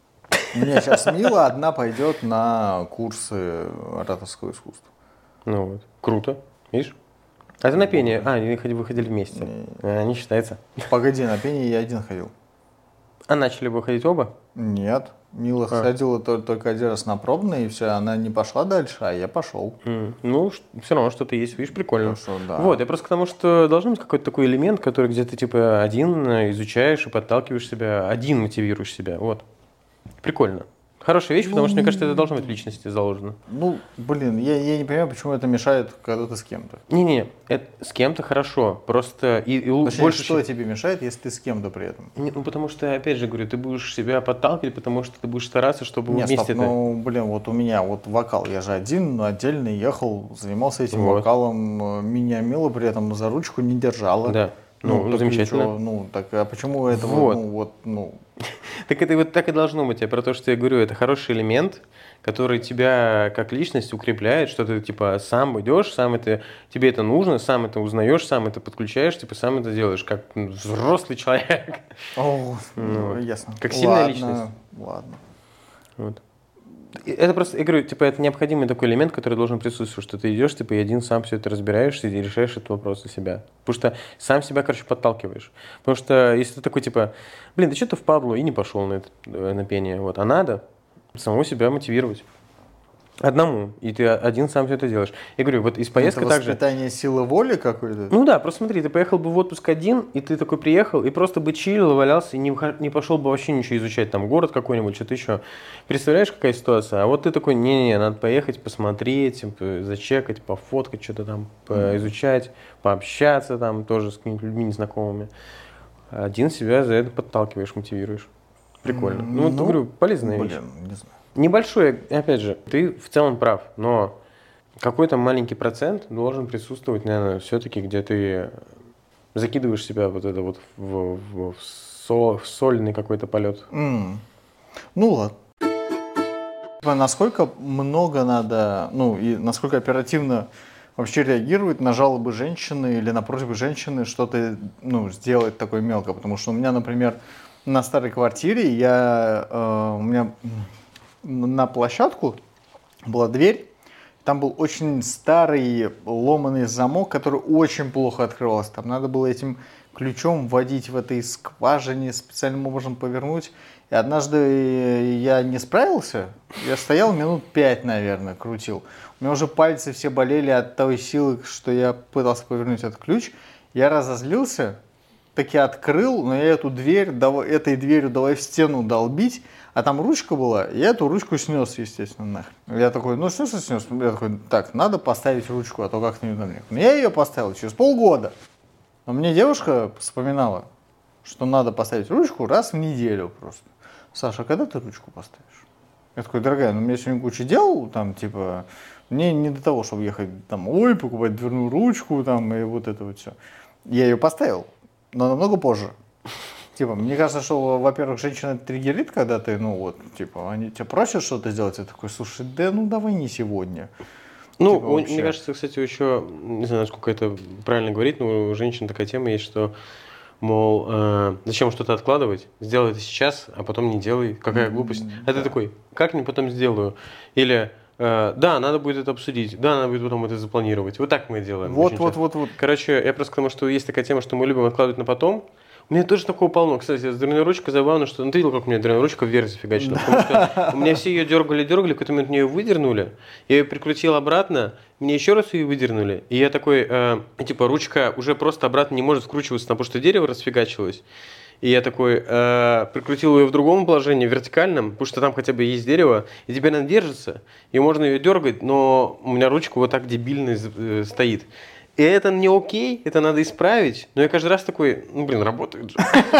У меня сейчас Мила одна пойдет на курсы ораторского искусства. Ну вот. Круто. Видишь? А ты на пение? А, они ходили- вы ходили вместе. А, не считается. Погоди, на пение я один ходил. А начали бы ходить оба? Нет. Мила А. ходила то- только один раз на пробный, и все, она не пошла дальше, а я пошел. М, Ну, все равно что-то есть, видишь, прикольно. Так что да. Вот, я просто к тому, что должен быть какой-то такой элемент, который где ты типа один э, изучаешь и подталкиваешь себя, один мотивируешь себя. Вот. Прикольно. Хорошая вещь, потому что, мне кажется, это должно быть в личности заложено. Ну, блин, я, я не понимаю, почему это мешает, когда ты с кем-то. Не-не, это с кем-то хорошо. Просто и, и л- Точнее, больше что щи- тебе мешает, если ты с кем-то при этом? Не, ну, потому что, опять же, говорю, ты будешь себя подталкивать, потому что ты будешь стараться, чтобы Не, вместе стоп, это... ну, блин, вот у меня вот вокал, я же один, но отдельно ехал, занимался этим Вот. вокалом, э, меня Мила при этом за ручку не держала. Да. Ну, так и замечательно. чё, ну, так, а почему этого, Вот. ну, вот, ну, Так это вот так и должно быть. Я про то, что я говорю, это хороший элемент, который тебя как личность укрепляет, что ты типа сам идешь, сам это, тебе это нужно, сам это узнаешь, сам это подключаешь, типа сам это делаешь, как м, взрослый человек. о, Ну, ясно. как сильная Ладно, личность. Ладно. Вот. И это просто, я говорю, типа, это необходимый такой элемент, который должен присутствовать, что ты идешь, типа, и один сам все это разбираешься и решаешь этот вопрос для себя. Потому что сам себя, короче, подталкиваешь. Потому что если ты такой, типа, блин, да что ты впадлу и не пошел на это э, на пение, вот, а надо самого себя мотивировать. Одному. И ты один сам все это делаешь. Я говорю, вот из поездки Это также... воспитание силы воли какой-то? Ну да, просто смотри, ты поехал бы в отпуск один, и ты такой приехал, и просто бы чилил, валялся, и не, вха- не пошел бы вообще ничего изучать, там, город какой-нибудь, что-то еще. Представляешь, какая ситуация? А вот ты такой, не-не, надо поехать, посмотреть, типа, зачекать, пофоткать, что-то там, поизучать, пообщаться там тоже с какими-то людьми незнакомыми. Один себя за это подталкиваешь, мотивируешь. Прикольно. Ну, вот, Ну, говорю, полезная вещь. Блин, не знаю. Небольшой, опять же, ты в целом прав, но какой-то маленький процент должен присутствовать, наверное, все-таки, где ты закидываешь себя вот это вот в, в- в со- в сольный какой-то полет. М. Ну ладно. Типа, насколько много надо, ну и насколько оперативно вообще реагирует на жалобы женщины или на просьбы женщины что-то, ну, сделать такое мелко? Потому что у меня, например, на старой квартире я, э, у меня м, на площадку была дверь, там был очень старый ломаный замок, который очень плохо открывался. Там надо было этим ключом вводить в этой скважине, специальным образом повернуть. И однажды я не справился, я стоял минут пять, наверное, крутил. У меня уже пальцы все болели от той силы, что я пытался повернуть этот ключ. Я разозлился, таки открыл, но я эту дверь, давай, этой дверью давай в стену долбить, а там ручка была, и я эту ручку снес, естественно, нахрен. Я такой, ну снес и снес. Я такой, так, надо поставить ручку, а то как-нибудь там. Но я ее поставил через полгода. Но мне девушка вспоминала, что надо поставить ручку раз в неделю просто. Саша, когда ты ручку поставишь? Я такой, дорогая, ну у меня сегодня куча дел, там, типа, мне не до того, чтобы ехать домой, покупать дверную ручку, там, и вот это вот все. Я ее поставил, но намного позже. Типа, мне кажется, что, во-первых, женщина триггерит, когда ты, ну вот, типа, они тебя просят что-то сделать, я такой, слушай, да ну давай не сегодня. Ну, Типа, у- вообще. мне кажется, кстати, еще, не знаю, насколько это правильно говорить, но у женщин такая тема есть, что, мол, э, зачем что-то откладывать, сделай это сейчас, а потом не делай, какая М, глупость. А ты да. такой, как мне потом сделаю? Или, э, да, надо будет это обсудить, да, надо будет потом это запланировать. Вот так мы делаем. Вот, очень вот, часто. вот, вот. Короче, я просто к тому, что есть такая тема, что мы любим откладывать на потом. У меня тоже такого полно. Кстати, с дверной ручкой забавно, что... Ну, ты видел, как у меня дверная ручка вверх зафигачена? Потому что у меня все ее дергали-дергали, в какой-то момент мне ее выдернули. Я ее прикрутил обратно, мне еще раз ее выдернули. И я такой, э, типа, ручка уже просто обратно не может вкручиваться, потому что дерево расфигачилось. И я такой э, прикрутил ее в другом положении, вертикальном, потому что там хотя бы есть дерево, и теперь она держится, и можно ее дергать, но у меня ручка вот так дебильно э, стоит. И это не окей, это надо исправить, но я каждый раз такой, ну блин, работает же.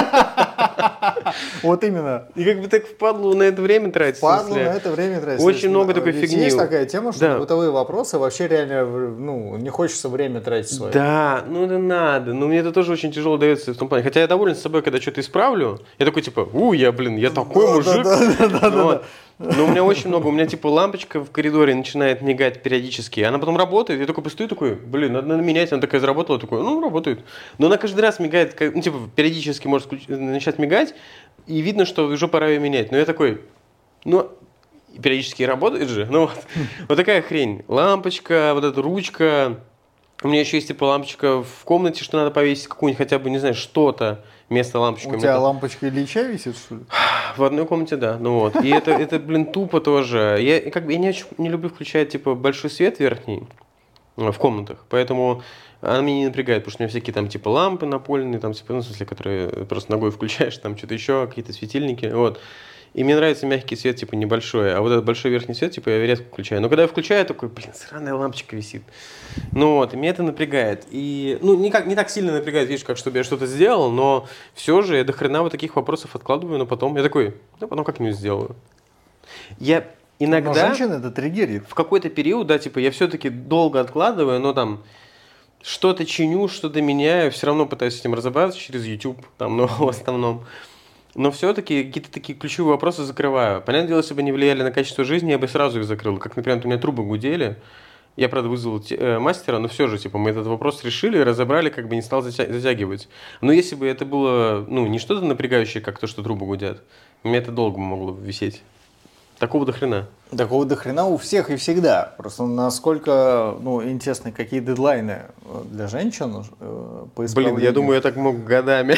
Вот именно. И как бы так впадло на это время тратить. в Падлу на смысле. это время тратить. Очень То есть, много такой ведь фигни. Есть такая тема, что Да. на бытовые вопросы вообще реально, ну, не хочется время тратить свое. Да, ну это надо. Но мне это тоже очень тяжело дается в том плане. Хотя я доволен собой, когда что-то исправлю. Я такой типа, у, я, блин, я такой Да, мужик. да, да, да, да, Вот. Но у меня очень много, у меня типа лампочка в коридоре начинает мигать периодически, она потом работает, я такой постою, такой, блин, надо, надо менять, она такая заработала, такой, ну, работает. Но она каждый раз мигает, как, ну, типа, периодически может включ... начать мигать, и видно, что уже пора ее менять. Но я такой, ну, периодически работает же, ну вот, вот такая хрень. Лампочка, вот эта ручка. У меня еще есть типа лампочка в комнате, что надо повесить какую-нибудь хотя бы, не знаю, что-то вместо лампочки. У тебя лампочка Ильича висит, что ли? В одной комнате, да. Ну вот. И это, это блин, тупо тоже. Я как бы я не, очень, не люблю включать типа большой свет верхний в комнатах, поэтому она меня не напрягает, потому что у меня всякие там типа лампы напольные, там, типа, ну, в смысле, которые просто ногой включаешь, там что-то еще, какие-то светильники, вот. И мне нравится мягкий свет, типа, небольшой. А вот этот большой верхний свет, типа, я редко включаю. Но когда я включаю, я такой, блин, сраная лампочка висит. Ну вот, и меня это напрягает. И, ну, никак, не так сильно напрягает, видишь, как чтобы я что-то сделал, но все же я до хрена вот таких вопросов откладываю, но потом я такой, ну, потом как-нибудь сделаю. Я иногда... Но женщин это триггерит. В какой-то период, да, типа, я все-таки долго откладываю, но там... Что-то чиню, что-то меняю, все равно пытаюсь с этим разобраться через YouTube, там, но в основном. Но все-таки какие-то такие ключевые вопросы закрываю. Понятное дело, если бы они влияли на качество жизни, я бы сразу их закрыл. Как, например, у меня трубы гудели. Я, правда, вызвал э, мастера, но все же, типа, мы этот вопрос решили, разобрали, как бы не стал затя- затягивать. Но если бы это было, ну, не что-то напрягающее, как то, что трубы гудят, у меня это долго могло бы висеть. Такого до хрена. Такого до хрена у всех и всегда. Просто насколько, ну, интересны, какие дедлайны для женщин э, по исправлению. Блин, я думаю, я так мог годами.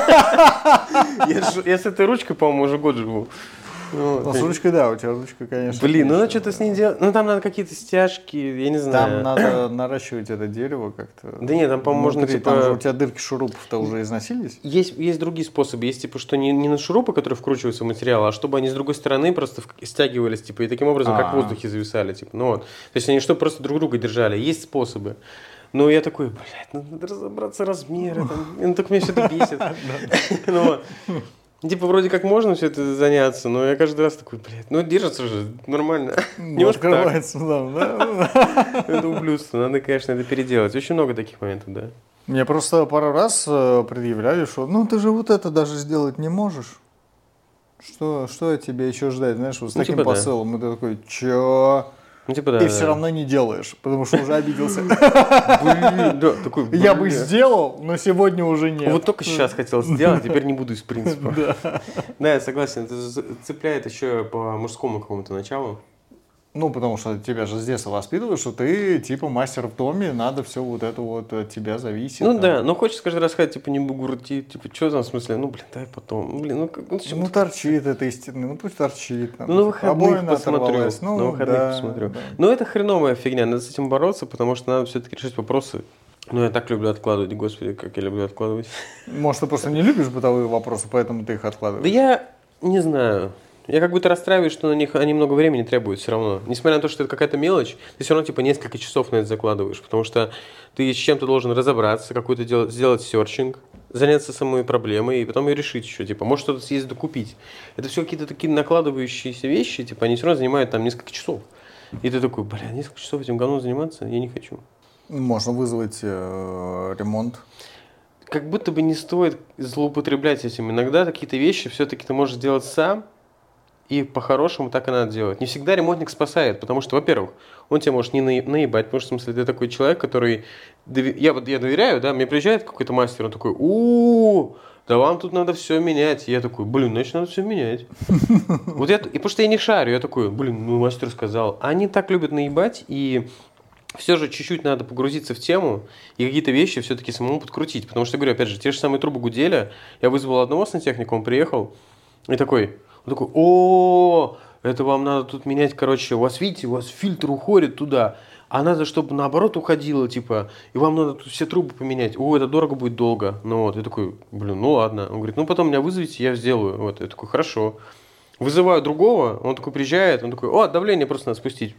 Я с этой ручкой, по-моему, уже год живу. Ну, с ручкой, да, у тебя ручка, конечно. Блин, ну надо что-то с ней делать. Ну там надо какие-то стяжки, я не знаю. Там надо наращивать это дерево как-то. Да нет, там, по-моему, можно типа... Там же у тебя дырки шурупов-то уже износились? Есть, есть другие способы. Есть типа, что не, не на шурупы, которые вкручиваются в материал, а чтобы они с другой стороны просто стягивались, типа, и таким образом, как в воздухе зависали. Типа, ну вот. То есть они чтобы просто друг друга держали. Есть способы. Но я такой, блядь, надо разобраться размеры. Ну так меня все это бесит. Типа, вроде как можно все это заняться, но я каждый раз такой, блядь, ну держится же, нормально. Не открывается, да. Это ублюдство, надо, конечно, это переделать. Очень много таких моментов, да. Мне просто пару раз предъявляли, что ну ты же вот это даже сделать не можешь. Что, что от тебя еще ждать, знаешь, вот с ну, таким типа, посылом. Да. И ты такой, чё? Ну, типа, да, ты да, все да. равно не делаешь, потому что уже обиделся. Блин, да, такой, блин. Я бы сделал, но сегодня уже нет. Вот только сейчас хотел сделать, теперь не буду из принципа. Да. Да, я согласен, это цепляет еще по мужскому какому-то началу. Ну, потому что тебя же с детства воспитывают, что ты, типа, мастер в доме, надо все вот это вот от тебя зависит. Ну там. Да, но хочется каждый раз сказать, типа, не бугурти, типа, что там в смысле, ну, блин, давай потом, ну, блин, ну, как, ну, ну торчит это истинно, ну, пусть торчит. Там, ну, на выходных посмотрю, ну, на выходных да, посмотрю. Да. Но это хреновая фигня, надо с этим бороться, потому что надо все-таки решить вопросы. Ну, я так люблю откладывать, господи, как я люблю откладывать. Может, ты просто не любишь бытовые вопросы, поэтому ты их откладываешь? Да я не знаю. Я как будто расстраиваюсь, что на них они много времени требуют все равно. Несмотря на то, что это какая-то мелочь, ты все равно типа несколько часов на это закладываешь, потому что ты с чем-то должен разобраться, какой-то делать, сделать серчинг, заняться самой проблемой и потом ее решить еще. Типа, может что-то съездить докупить. Это все какие-то такие накладывающиеся вещи, типа, они все равно занимают там несколько часов. И ты такой, бля, несколько часов этим говном заниматься я не хочу. Можно вызвать э, ремонт. Как будто бы не стоит злоупотреблять этим. Иногда какие-то вещи все-таки ты можешь сделать сам. И по-хорошему так и надо делать. Не всегда ремонтник спасает, потому что, во-первых, он тебя может не наебать, потому что, в смысле, ты такой человек, который... Я вот я доверяю, да, мне приезжает какой-то мастер, он такой, у-у-у, да вам тут надо все менять. И я такой, блин, значит, надо все менять. Вот я, и потому что я не шарю, я такой, блин, ну мастер сказал. Они так любят наебать, и все же чуть-чуть надо погрузиться в тему и какие-то вещи все-таки самому подкрутить. Потому что, я говорю, опять же, те же самые трубы гудели, я вызвал одного сантехника, он приехал, и такой... Он такой, о, это вам надо тут менять, короче, у вас, видите, у вас фильтр уходит туда, а надо, чтобы наоборот уходило, типа, и вам надо тут все трубы поменять. О, это дорого будет долго. Ну вот, я такой, блин, ну ладно. Он говорит, ну потом меня вызовите, я сделаю. Вот, я такой, хорошо. Вызываю другого, он такой приезжает, он такой, о, давление просто надо спустить.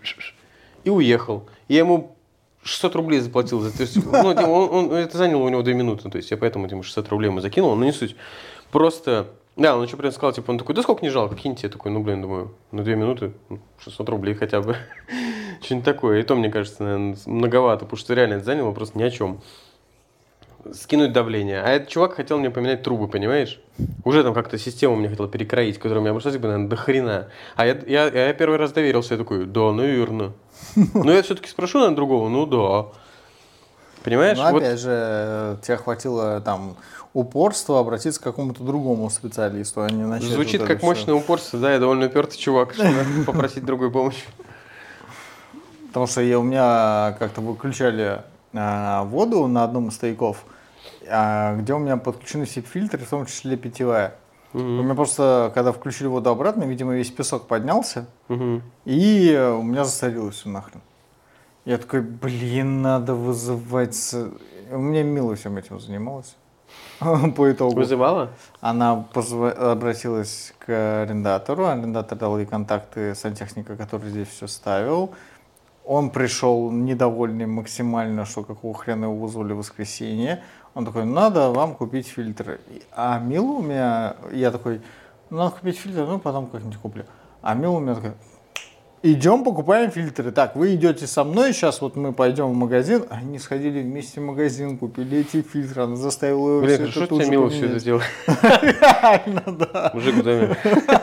И уехал. Я ему шестьсот рублей заплатил за это. Ну, он, он, это заняло у него две минуты, то есть я поэтому ему шестьсот рублей ему закинул, но не суть. Просто... Да, он еще прям сказал, типа, он такой, да сколько не жалко, киньте. Я такой, ну, блин, думаю, на две минуты шестьсот рублей хотя бы. Что-нибудь такое. И то, мне кажется, наверное, многовато, потому что реально это заняло просто ни о чем. скинуть давление. А этот чувак хотел мне поменять трубы, понимаешь? Уже там как-то систему мне хотел перекроить, которая у меня обошлась бы, наверное, до хрена. А я, я, я первый раз доверился, я такой, да, наверное. Но я все-таки спрошу на другого, ну да. Понимаешь? Ну, вот... опять же, тебе хватило там упорства обратиться к какому-то другому специалисту, а не начать Звучит вот как это мощное все. упорство, да, я довольно упертый чувак, чтобы попросить другой помощи. Потому что я, у меня как-то выключали а, воду на одном из стояков, а, где у меня подключены все фильтры, в том числе питьевая. У меня просто, когда включили воду обратно, видимо, весь песок поднялся, Угу. и у меня засорилось все нахрен. Я такой, блин, надо вызывать... с- У меня Мила всем этим занималась. По итогу. Вызывала? Она позва- обратилась к арендатору, арендатор дал ей контакты сантехника, который здесь все ставил. Он пришел недовольный максимально, что какого хрена его вызвали в воскресенье. Он такой, надо вам купить фильтры. И- А Мила у меня, я такой, надо купить фильтры, ну потом как-нибудь куплю. А Мила у меня такая, идем покупаем фильтры. Так, вы идете со мной, сейчас вот мы пойдем в магазин. Они сходили вместе в магазин, купили эти фильтры, она заставила его Блин, все хорошо, это что тут тебя же Мила все это поменять. делает. Реально, да. Мужик в доме.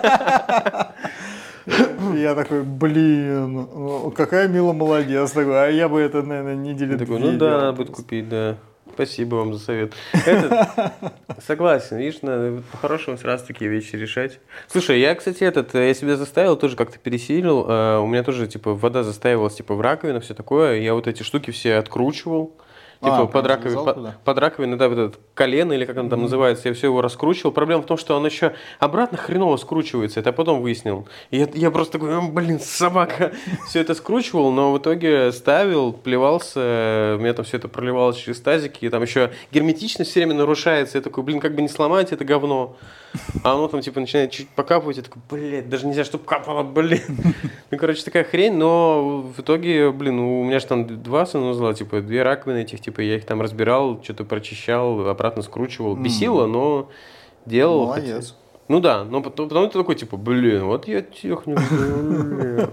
Я такой, блин, ну, какая Мила молодец. Такой, а я бы это, наверное, недели Я такой, две ну да, делал надо будет просто. купить, да. Спасибо вам за совет. Этот, согласен, видишь, надо вот по-хорошему сразу такие вещи решать. Слушай, я, кстати, этот, я себя заставил, тоже как-то пересилил. э, У меня тоже, типа, вода застаивалась, типа, в раковину, все такое. Я вот эти штуки все откручивал. Типа, А, под прям раковиной, залезал под, туда? под раковиной, да, вот этот колено, или как он там называется, я все его раскручивал. Проблема в том, что он еще обратно хреново скручивается. Это я потом выяснил. И я, я просто такой, «М, блин, собака. Все это скручивал, но в итоге ставил, плевался, у меня там все это проливалось через тазики, и там еще герметичность все время нарушается. Я такой, блин, как бы не сломать это говно. А оно там типа начинает чуть покапывать, я такой, блядь, даже нельзя, чтобы капало, блин. Ну, короче, такая хрень, но в итоге, блин, у меня же там два санузла, типа, две раковины этих, типа, я их там разбирал, что-то прочищал, обратно скручивал. Бесило, но делал. хотя- Молодец. Ну да, но потом, потом ты такой, типа, блин, вот я технику, блин.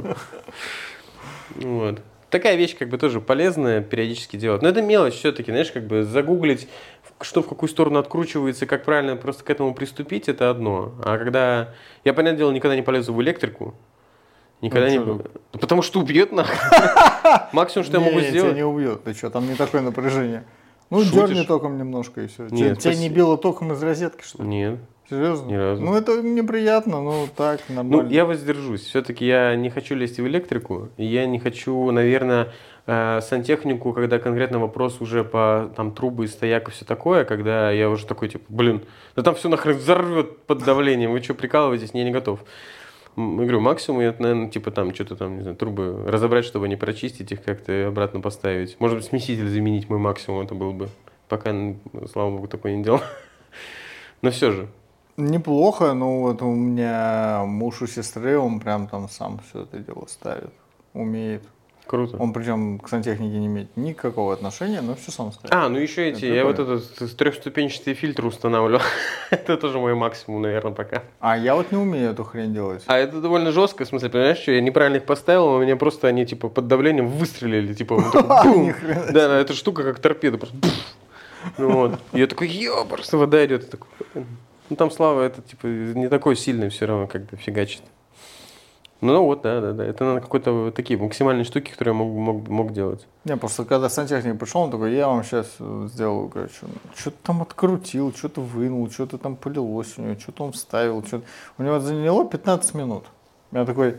Вот. Такая вещь как бы тоже полезная периодически делать. Но это мелочь все-таки, знаешь, как бы загуглить, в- что в какую сторону откручивается, как правильно просто к этому приступить, это одно. А когда... Я, понятное дело, никогда не полезу в электрику. Никогда Ну, не... чё б- Да потому что убьет нахуй. Максимум, что я могу Не, тебя сделать... не убьет. Ты что, там не такое напряжение. Ну, Шутишь? дерни током немножко и все. Нет, Тебя не спасибо. било током из розетки, что ли? Нет. Серьезно? Ни разу. Ну, это неприятно, ну, так, нормально. Ну, я воздержусь. Все-таки я не хочу лезть в электрику. И я не хочу, наверное, э, сантехнику, когда конкретно вопрос уже по там трубы и стояк и все такое, когда я уже такой, типа, блин, да там все нахрен взорвет под давлением. Вы что, прикалываетесь? Не, я не готов. М, Я говорю, максимум, это, наверное, типа там что-то там, не знаю, трубы разобрать, чтобы не прочистить их, как-то и обратно поставить. Может быть, смеситель заменить мой максимум, это был бы. Пока, м, слава богу, такое не делал. Но все же. Неплохо, но вот у меня муж у сестры, он прям там сам все это дело ставит, умеет. Круто. Он причем к сантехнике не имеет никакого отношения, но все сам ставит. А, ну еще эти, Это я вот прикольно. этот трехступенчатый фильтр устанавливал. Это тоже мой максимум, наверное, пока. А я вот не умею эту хрень делать. А это довольно жестко, в смысле, понимаешь, что я неправильно их поставил, у меня просто они типа под давлением выстрелили, типа, он такой, бум. Ни хрена Да, да, эта штука как торпеда, просто буф. Ну вот. И я такой, ё, просто вода идет. Я такой, «Блин». Ну там Слава, это типа не такой сильный все равно, как бы фигачит. Ну, ну вот, да, да, да. Это надо какой-то вот такие максимальные штуки, которые я мог, мог, мог делать. Не, просто когда сантехник пришел, он такой, я вам сейчас сделаю, короче, что-то там открутил, что-то вынул, что-то там полилось у него, что-то он вставил, что-то... У него заняло пятнадцать минут. Я такой,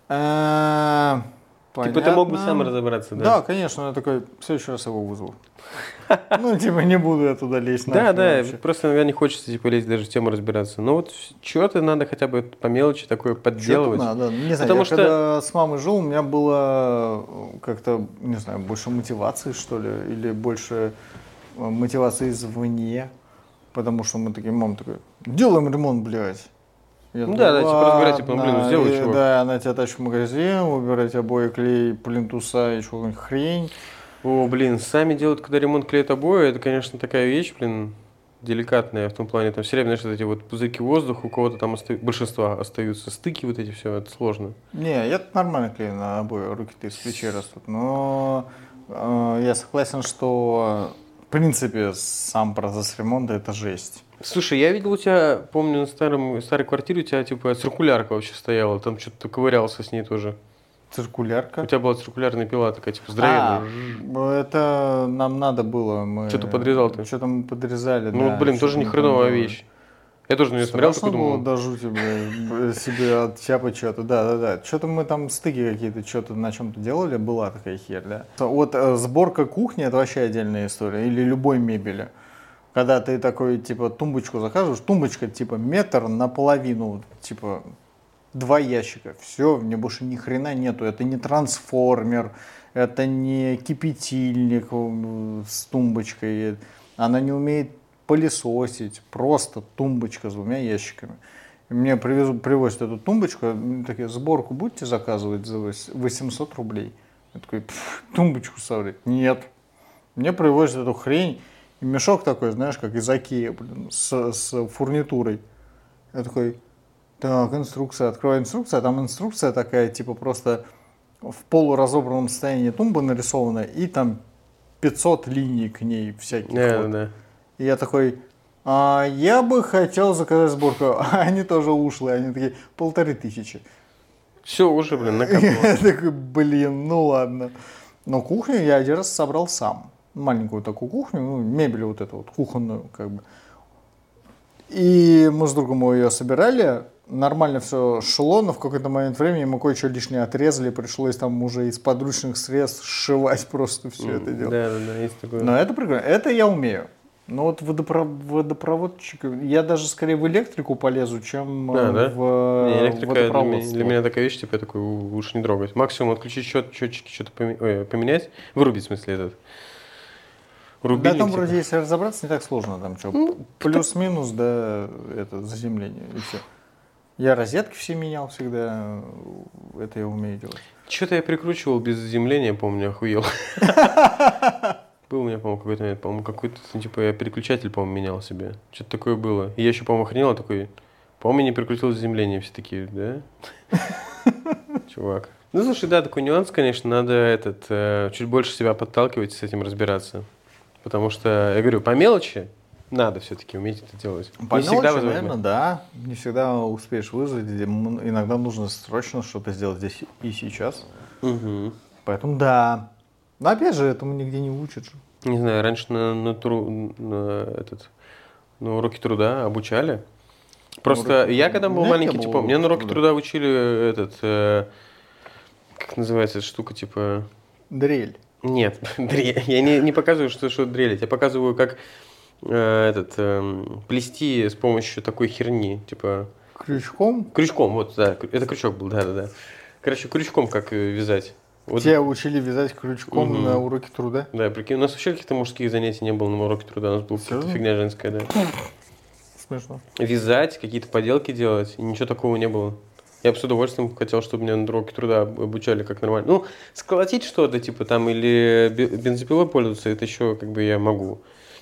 «Э, Типа ты мог бы понятно». сам разобраться, да? Да, конечно, я такой, в следующий раз его вызову. Ну, типа, не буду я туда лезть. Да, нахрен да, вообще. просто иногда не хочется типа лезть даже в тему разбираться. Но вот что-то надо хотя бы по мелочи такое Что-то подделывать. надо. Не знаю, Потому я что- когда с мамой жил, у меня было э, как-то, не знаю, больше мотивации, что ли, или больше э, мотивации извне. Потому что мы такие, мама такая, делаем ремонт, блядь. Я Ну такой, да, да, типа разбирать, типа, ну, блин, ну, «Ладно». сделай, И, чувак. Да, она тебя тащит в магазин, выбирать обои, клей, плинтуса и какую-нибудь хрень. О, блин, сами делают, когда ремонт клеят обои, это, конечно, такая вещь, блин, деликатная в том плане. Там все время, знаешь, вот эти вот пузырьки воздуха, у кого-то там оста... большинства остаются, стыки вот эти все, это сложно. Не, я нормально клею на обои, руки-то из плечей растут. Но э, я согласен, что принципе, сам процесс ремонта это жесть. Слушай, я видел у тебя, помню, на старом, старой квартире у тебя типа циркулярка вообще стояла, там что-то ковырялся с ней тоже. Циркулярка? У тебя была циркулярная пила такая, типа, А, здоровенная. это нам надо было. Мы... Что-то подрезал ты? Что-то мы подрезали, Ну, да. блин, тоже не что-то мы хреновая там делали. вещь. Я тоже на нее смотрел, Страшно такой было думал, до жути, бля, себе оттяпать что-то. Да, да, да. Что-то мы там стыки какие-то, что-то на чем-то делали, была такая херь, да. Вот э, сборка кухни это вообще отдельная история. Или любой мебели. Когда ты такой, типа, тумбочку заказываешь, тумбочка, типа, метр наполовину, типа, два ящика. Все, в ней больше ни хрена нету. Это не трансформер, это не кипятильник э, с тумбочкой. Она не умеет пылесосить, просто тумбочка с двумя ящиками. И мне привезут, привозят эту тумбочку, такие, сборку будете заказывать за восемьсот рублей? Я такой, тумбочку собрать? Нет. Мне привозят эту хрень, и мешок такой, знаешь, как из Икеа, блин, с, с фурнитурой. Я такой, так, инструкция, открываю инструкцию, а там инструкция такая, типа просто в полуразобранном состоянии тумба нарисована, и там пятьсот линий к ней всяких. да, вот. да. И я такой, а, я бы хотел заказать сборку. А они тоже ушлые, они такие, полторы тысячи. Все, уже, блин, накопилось. Я такой, блин, ну ладно. Но кухню я один раз собрал сам. Маленькую такую кухню, ну, мебель вот эту вот кухонную, как бы. И мы с другом ее собирали, нормально все шло, но в какой-то момент времени мы кое-что лишнее отрезали, пришлось там уже из подручных средств сшивать просто все это дело. Да, да, да, есть такое. Но это прикольно, это я умею. Но вот водопро- водопроводчик, я даже скорее в электрику полезу, чем А, э, да? в Не, электрика для, меня- водопроводство. для меня такая вещь, типа, я такой, у- лучше не трогать. Максимум отключить счет, счетчики, что-то поменять, вырубить, в смысле, этот. Да, Рубильник, там типа. вроде, если разобраться, не так сложно, там что, Ну, плюс-минус, да, это, заземление, и все. Я розетки все менял всегда, это я умею делать. Что-то я прикручивал без заземления, помню, охуел. Был у меня, по-моему, какой-то момент, по-моему, какой-то, ну, типа, я переключатель, по-моему, менял себе. Что-то такое было. И я еще, по-моему, охренел, такой, по-моему, не переключил заземление. Все такие, да? Чувак. Ну, слушай, да, такой нюанс, конечно, надо этот, э, чуть больше себя подталкивать и с этим разбираться. Потому что, я говорю, по мелочи надо все-таки уметь это делать. По Не всегда, мелочи, возможно. наверное, да. Не всегда успеешь вызвать. Иногда нужно срочно что-то сделать здесь и сейчас. Мгм. Поэтому да. Но опять же, этому нигде не учат же. Не знаю, раньше на, на, тру- на этот, на уроки труда обучали. Просто уроки я труда. когда У был меня не маленький, было типа, меня на уроков уроки труда. труда учили этот, э, как называется эта штука, типа... Дрель. Нет, дрель. Я не, не показываю, что, что дрелить. Я показываю, как э, этот, эм, плести с помощью такой херни, типа... Крючком. Крючком, вот, да, крю- это крючок был, да-да-да. Короче, крючком как э, вязать. Вот, Тебя учили вязать крючком Мгм. на уроке труда. да, прикинь, у нас вообще каких-то мужских занятий не было на уроке труда, у нас была какая-то Серьезно? фигня женская, да. Смешно. Вязать, какие-то поделки делать, и ничего такого не было. Я бы с удовольствием хотел, чтобы меня на уроке труда обучали как нормально. Ну, сколотить что-то, типа там, или бе- бензопилой пользоваться, это еще как бы я могу.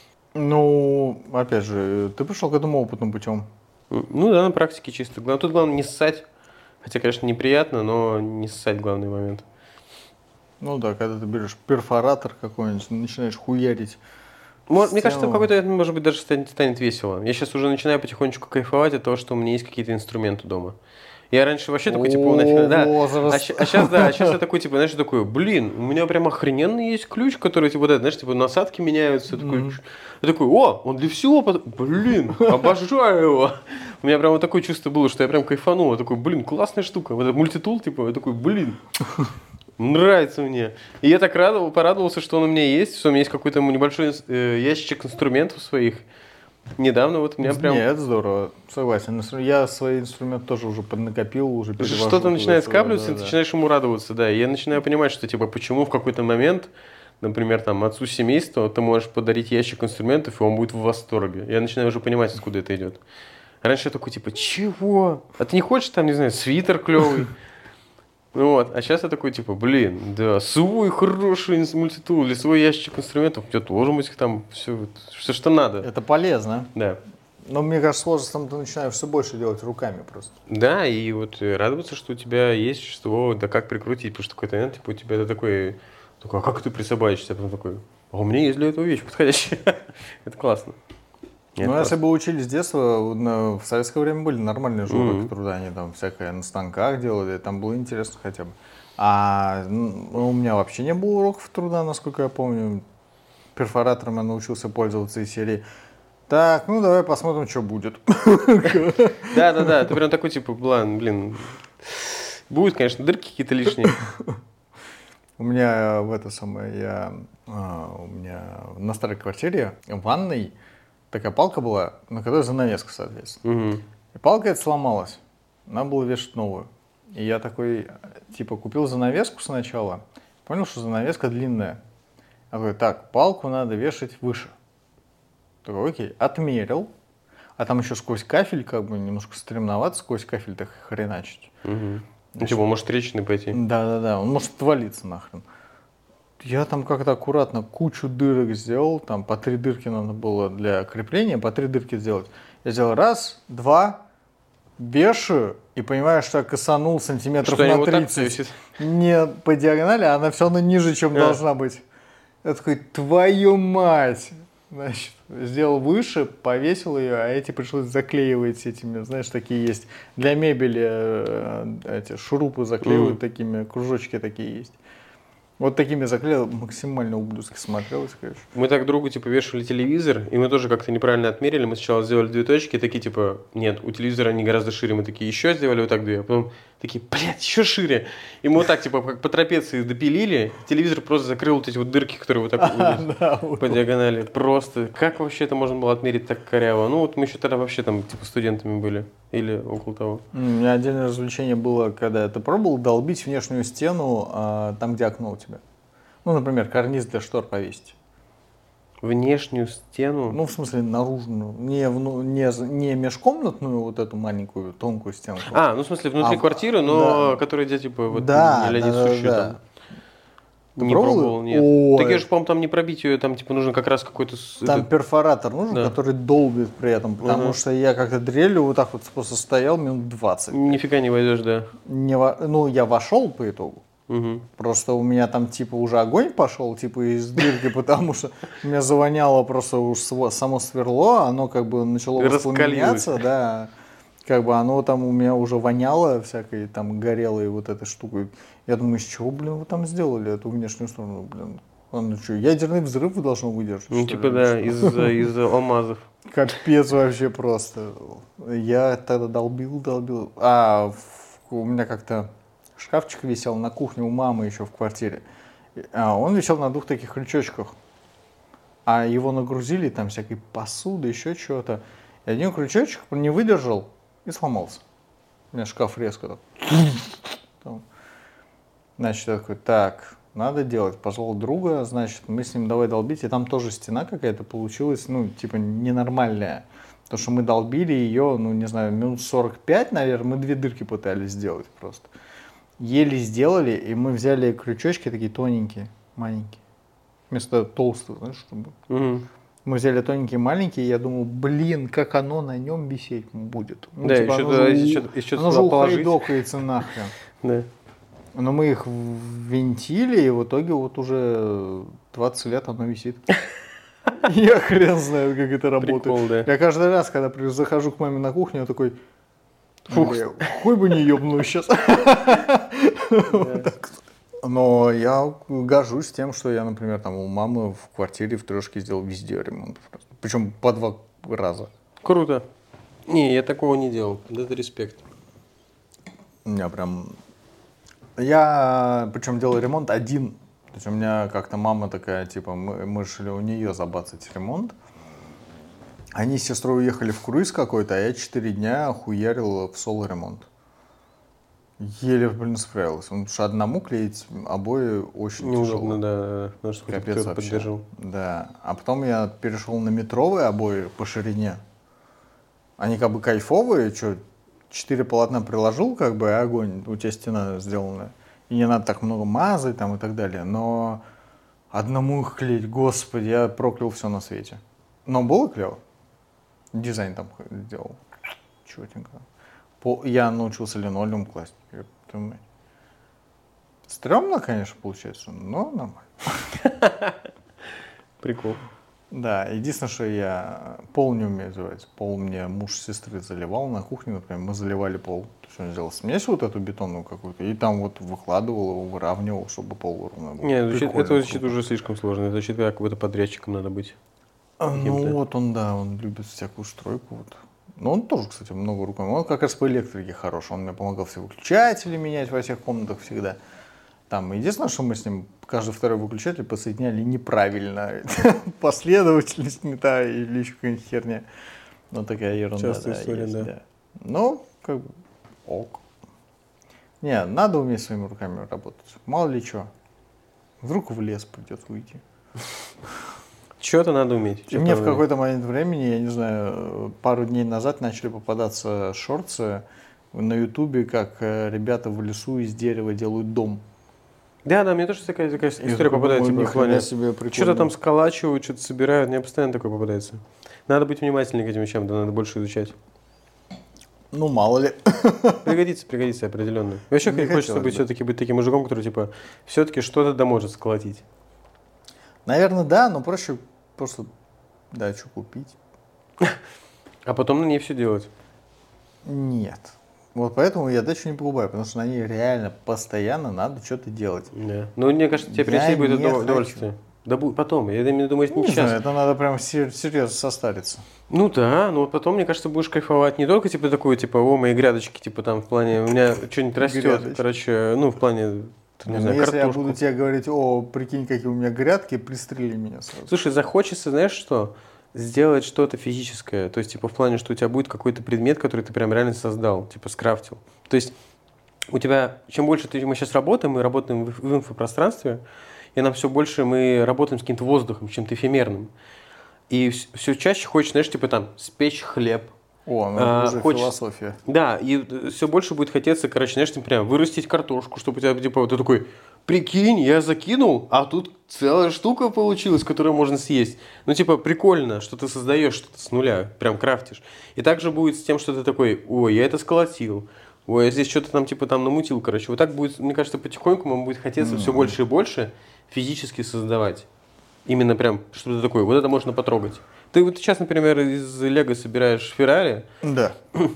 Ну, опять же, ты пришел к этому опытным путем. М, Ну да, на практике чисто. Главное, тут главное не ссать. Хотя, конечно, неприятно, но не ссать главный момент. Ну да, когда ты берешь перфоратор какой-нибудь, начинаешь хуярить. Мо- Мне кажется, в стену. какой-то момент, может быть, даже станет, станет весело. Я сейчас уже начинаю потихонечку кайфовать от того, что у меня есть какие-то инструменты дома. Я раньше вообще такой, типа, О, нафиг, да. возраст. А, сейчас, да, а сейчас я такой, типа, знаешь, такой, блин, у меня прям охрененный есть ключ, который, типа, да, знаешь, типа, насадки меняются. Я такой, Мгм. я такой, о, он для всего, под- блин, обожаю его. У меня прям вот такое чувство было, что я прям кайфанул. Я такой, блин, классная штука. Вот этот мультитул, типа, я такой, блин, нравится мне. И я так радовал, порадовался, что он у меня есть, что у меня есть какой-то небольшой э, ящичек инструментов своих. Недавно вот у меня прям... Нет, здорово, согласен. Инстру- Я свои инструменты тоже уже поднакопил, уже перевожу. Что-то начинает туда-сюда, скапливаться, и да, ты да. начинаешь ему радоваться, да. И я начинаю понимать, что, типа, почему в какой-то момент, например, там, отцу семейства ты можешь подарить ящик инструментов, и он будет в восторге. Я начинаю уже понимать, откуда это идет. Раньше я такой, типа, чего? А ты не хочешь, там, не знаю, свитер клевый? Ну вот, а сейчас я такой, типа, блин, да, свой хороший инс- мультитул или свой ящик инструментов, у тебя тоже быть их там все, все, что надо. Это полезно. Да. Но мне кажется, с возрастом ты начинаешь все больше делать руками просто. Да, и вот э, радоваться, что у тебя есть что, да как прикрутить, потому что в какой-то момент, типа, у тебя это такой Такой, а как ты присобачишься? А потом такой, а у меня есть для этого вещь подходящая. Это классно. Ну, если бы учили с детства, в советское время были нормальные же уроки труда, они там всякое на станках делали, там было интересно хотя бы. А ну, у меня вообще не было уроков труда, насколько я помню. Перфоратором я научился пользоваться из серии. Так, ну давай посмотрим, что будет. Да-да-да, ты прям такой, типа, блин, блин, будут, конечно, дырки какие-то лишние. У меня в это самое, я, а, у меня на старой квартире в ванной такая палка была, на которой занавеска, соответственно. Угу. И палка эта сломалась, надо было вешать новую. И я такой, типа, купил занавеску сначала, понял, что занавеска длинная. Я такой, так, палку надо вешать выше. Такой, окей, отмерил. А там еще сквозь кафель, как бы, немножко стремновато сквозь кафель так хреначить. Угу. Ну, типа, может трещины пойти. Да-да-да, он может отвалиться нахрен. Я там как-то аккуратно кучу дырок сделал, там по три дырки надо было для крепления, по три дырки сделать. Я сделал раз, два, вешаю и понимаю, что я косанул сантиметров Что на вот тридцать. Не по диагонали, а она все равно ниже, чем а. должна быть. Я такой, твою мать! Значит, сделал выше, повесил ее, а эти пришлось заклеивать этими, знаешь, такие есть. Для мебели эти шурупы заклеивают mm. такими, кружочки такие есть. Вот такими заклеил, максимально ублюдски смотрелось, конечно. Мы так другу, типа, вешали телевизор, и мы тоже как-то неправильно отмерили. Мы сначала сделали две точки, такие, типа, нет, у телевизора они гораздо шире. Мы такие, еще сделали вот так две, а потом такие, блядь, еще шире. И мы вот так, типа, как по трапеции допилили, телевизор просто закрыл вот эти вот дырки, которые вот так по диагонали. Просто, как вообще это можно было отмерить так коряво? Ну, вот мы еще тогда вообще там, типа, студентами были. Или около того. У меня отдельное развлечение было, когда ты пробовал долбить внешнюю стену а, там, где окно у тебя. Ну, например, карниз для штор повесить. Внешнюю стену? Ну, в смысле, наружную. Не, вну, не, не межкомнатную вот эту маленькую, тонкую стенку. А, ну, в смысле, внутри а, квартиры, но да. которая где, типа, вот да, не да, да, да. там. Ты не пробовал? пробовал, нет. Ой. Так я же, по-моему, там не пробить ее, там типа нужен как раз какой-то... Там этот... перфоратор нужен, да. который долбит при этом, потому uh-huh. что я как-то дрелью вот так вот просто стоял минут двадцать. Нифига не войдешь, да. Не во... Ну, я вошел по итогу. Угу. Просто у меня там типа уже огонь пошел, типа из дырки, потому что у меня завоняло просто уж само сверло, оно как бы начало воспламеняться, да. Как бы оно там у меня уже воняло всякой там горелой вот этой штукой. Я думаю, из чего, блин, вы там сделали эту внешнюю сторону, блин? Он что, ядерный взрыв вы должны выдержать? Ну, типа, да, из, из алмазов. Капец вообще просто. Я тогда долбил, долбил. А у меня как-то шкафчик висел на кухне у мамы еще в квартире. А он висел на двух таких крючочках. А его нагрузили там всякой посуды, еще чего-то. И один крючочек не выдержал и сломался. У меня шкаф резко так. Там. Значит, я такой, так, надо делать. Позвал друга, значит, мы с ним давай долбить. И там тоже стена какая-то получилась, ну, типа, ненормальная. Потому что мы долбили ее, ну, не знаю, минут сорок пять, наверное, мы две дырки пытались сделать просто. Еле сделали, и мы взяли крючочки такие тоненькие, маленькие. Вместо толстого, знаешь, чтобы... Угу. Мы взяли тоненькие, маленькие, и я думал, блин, как оно на нем висеть будет. Ну, да, типа, еще оно туда, же, еще, еще оно же ухайдокается нахрен. Да. Но мы их ввинтили, и в итоге вот уже двадцать лет оно висит. Я хрен знаю, как это работает. Прикол, да. Я каждый раз, когда захожу к маме на кухню, я такой, хуй бы не ебнул сейчас. Но я горжусь тем, что я, например, там у мамы в квартире в трешке сделал везде ремонт. Причем по два раза. Круто. Не, я такого не делал. Это респект. У меня прям... Я, причем, делал ремонт один. То есть у меня как-то мама такая, типа, мы, мы решили у нее забацать ремонт. Они с сестрой уехали в круиз какой-то, а я четыре дня хуярил в соло-ремонт. Еле, блин, справился. Потому что одному клеить обои очень неудобно, тяжело. да. Потому что капец вообще. Поддержал. Да. А потом я перешел на метровые обои по ширине. Они как бы кайфовые, что, четыре полотна приложил, как бы, и огонь, у тебя стена сделанная. И не надо так много мазать там и так далее. Но одному их клеить, господи, я проклял все на свете. Но было клево. Дизайн там делал. Чётенько. Я научился линолеум класть. Стремно, конечно, получается, но нормально. Прикол. Да, единственное, что я пол не умею заливать. Пол мне муж сестры заливал на кухне, например, мы заливали пол. То есть он сделал смесь вот эту бетонную какую-то, и там вот выкладывал его, выравнивал, чтобы пол ровно был. Не, звучит, Прикольно, это звучит круто. уже слишком сложно. Это звучит, как будто подрядчиком надо быть. А, Ну каким-то. вот он, да, он любит всякую стройку. Вот. Но он тоже, кстати, много руками. Он как раз по электрике хорош. Он мне помогал все выключатели менять во всех комнатах всегда. Там единственное, что мы с ним каждый второй выключатель подсоединяли неправильно. Последовательность не та или еще какая-нибудь херня. Ну такая ерунда. Частая история, есть, да. Ну, как бы, ок. Не, надо уметь своими руками работать. Мало ли что. Вдруг в лес придется уйти. Что-то надо уметь. И мне в какой-то момент времени, я не знаю, пару дней назад начали попадаться шорты на ютубе, как э, ребята в лесу из дерева делают дом. Да, да, мне тоже такая, такая Я история такой попадается. думаю, Типа, в плане, нихрена себе, прикольно. что-то там сколачивают, что-то собирают. Мне постоянно такое попадается. Надо быть внимательнее к этим вещам, да, надо больше изучать. Ну, мало ли. Пригодится, пригодится определенно. И вообще Не хочется хотелось быть бы. все-таки быть таким мужиком, который типа все-таки что-то да может сколотить. Наверное, да, но проще просто дачу купить. А потом на ней все делать. Нет. Вот поэтому я дачу не покупаю, потому что на ней реально постоянно надо что-то делать. Да. Ну, мне кажется, тебе Я принести будет не удов- хочу. удовольствие. Да будет потом. Я именно думаю, не Не сейчас. знаю, это надо прям сер- серьезно состариться. Ну да, но вот потом, мне кажется, будешь кайфовать не только типа такой, типа, о, мои грядочки, типа там в плане, у меня что-нибудь растет, Грядочки. короче, ну в плане, не Но знаю, если я картошку. буду тебе говорить, о, прикинь, какие у меня грядки, пристрели меня сразу. Слушай, захочется, знаешь что, сделать что-то физическое, то есть типа в плане, что у тебя будет какой-то предмет, который ты прям реально создал, типа скрафтил. То есть у тебя, чем больше ты, мы сейчас работаем, мы работаем в, в инфопространстве, и нам все больше мы работаем с каким-то воздухом, чем-то эфемерным. И все чаще хочешь, знаешь, типа там спечь хлеб. О, ну А, это уже хочешь- философия. Да, и все больше будет хотеться, короче, знаешь, там прям вырастить картошку, чтобы у тебя, типа, вот ты такой, прикинь, я закинул, а тут целая штука получилась, которую можно съесть. Ну, типа, прикольно, что ты создаешь что-то с нуля, прям крафтишь. И также будет с тем, что ты такой, ой, я это сколотил, ой, я здесь что-то там, типа, там намутил, короче. Вот так будет, мне кажется, потихоньку вам будет хотеться все больше и больше физически создавать. Именно прям, что-то такое, вот это можно потрогать. Ты вот сейчас, например, из Лего собираешь Феррари, Да.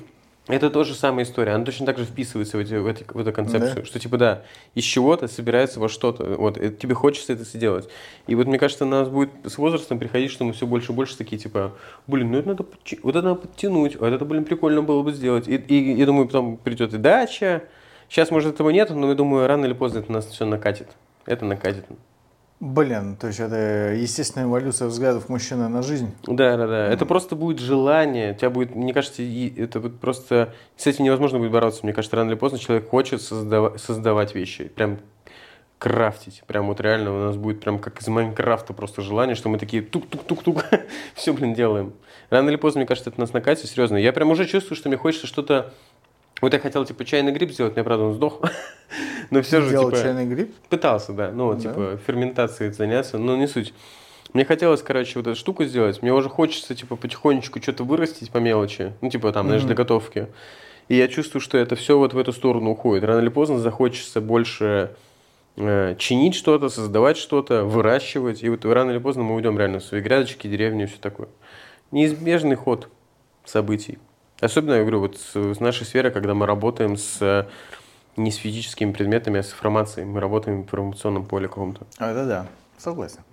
это тоже самая история, она точно так же вписывается в, эти, в, эти, в эту концепцию, Да. что типа да, из чего-то собирается во что-то, вот, и тебе хочется это сделать. И вот мне кажется, у нас будет с возрастом приходить, что мы все больше и больше такие типа, блин, ну это надо, подти- вот это надо подтянуть, а это, блин, прикольно было бы сделать. И, и я думаю, потом придет и дача, сейчас, может, этого нет, но я думаю, рано или поздно это нас все накатит, это накатит. Блин, то есть это естественная эволюция взглядов мужчины на жизнь. Да, да, да. Это просто будет желание. У тебя будет, мне кажется, и это вот просто с этим невозможно будет бороться. Мне кажется, рано или поздно человек хочет создава- создавать вещи, прям крафтить. Прям вот реально у нас будет прям как из Майнкрафта просто желание, что мы такие тук-тук-тук-тук, все, блин, делаем. Рано или поздно, мне кажется, это нас накатит, серьезно. Я прям уже чувствую, что мне хочется что-то. Вот я хотел, типа, чайный гриб сделать, мне, правда, он сдох. Но все же, Делал типа, чайный гриб. пытался, да, ну, Да. типа, ферментацией заняться, но не суть. Мне хотелось, короче, вот эту штуку сделать. Мне уже хочется, типа, потихонечку что-то вырастить по мелочи. Ну, типа, там, знаешь, для готовки. И я чувствую, что это все вот в эту сторону уходит. Рано или поздно захочется больше э, чинить что-то, создавать что-то, выращивать. И вот рано или поздно мы уйдем реально в свои грядочки, деревни и все такое. Неизбежный ход событий. Особенно, я говорю, вот с, с нашей сферы, когда мы работаем с не с физическими предметами, а с информацией. Мы работаем в информационном поле каком-то. А, это да, согласен.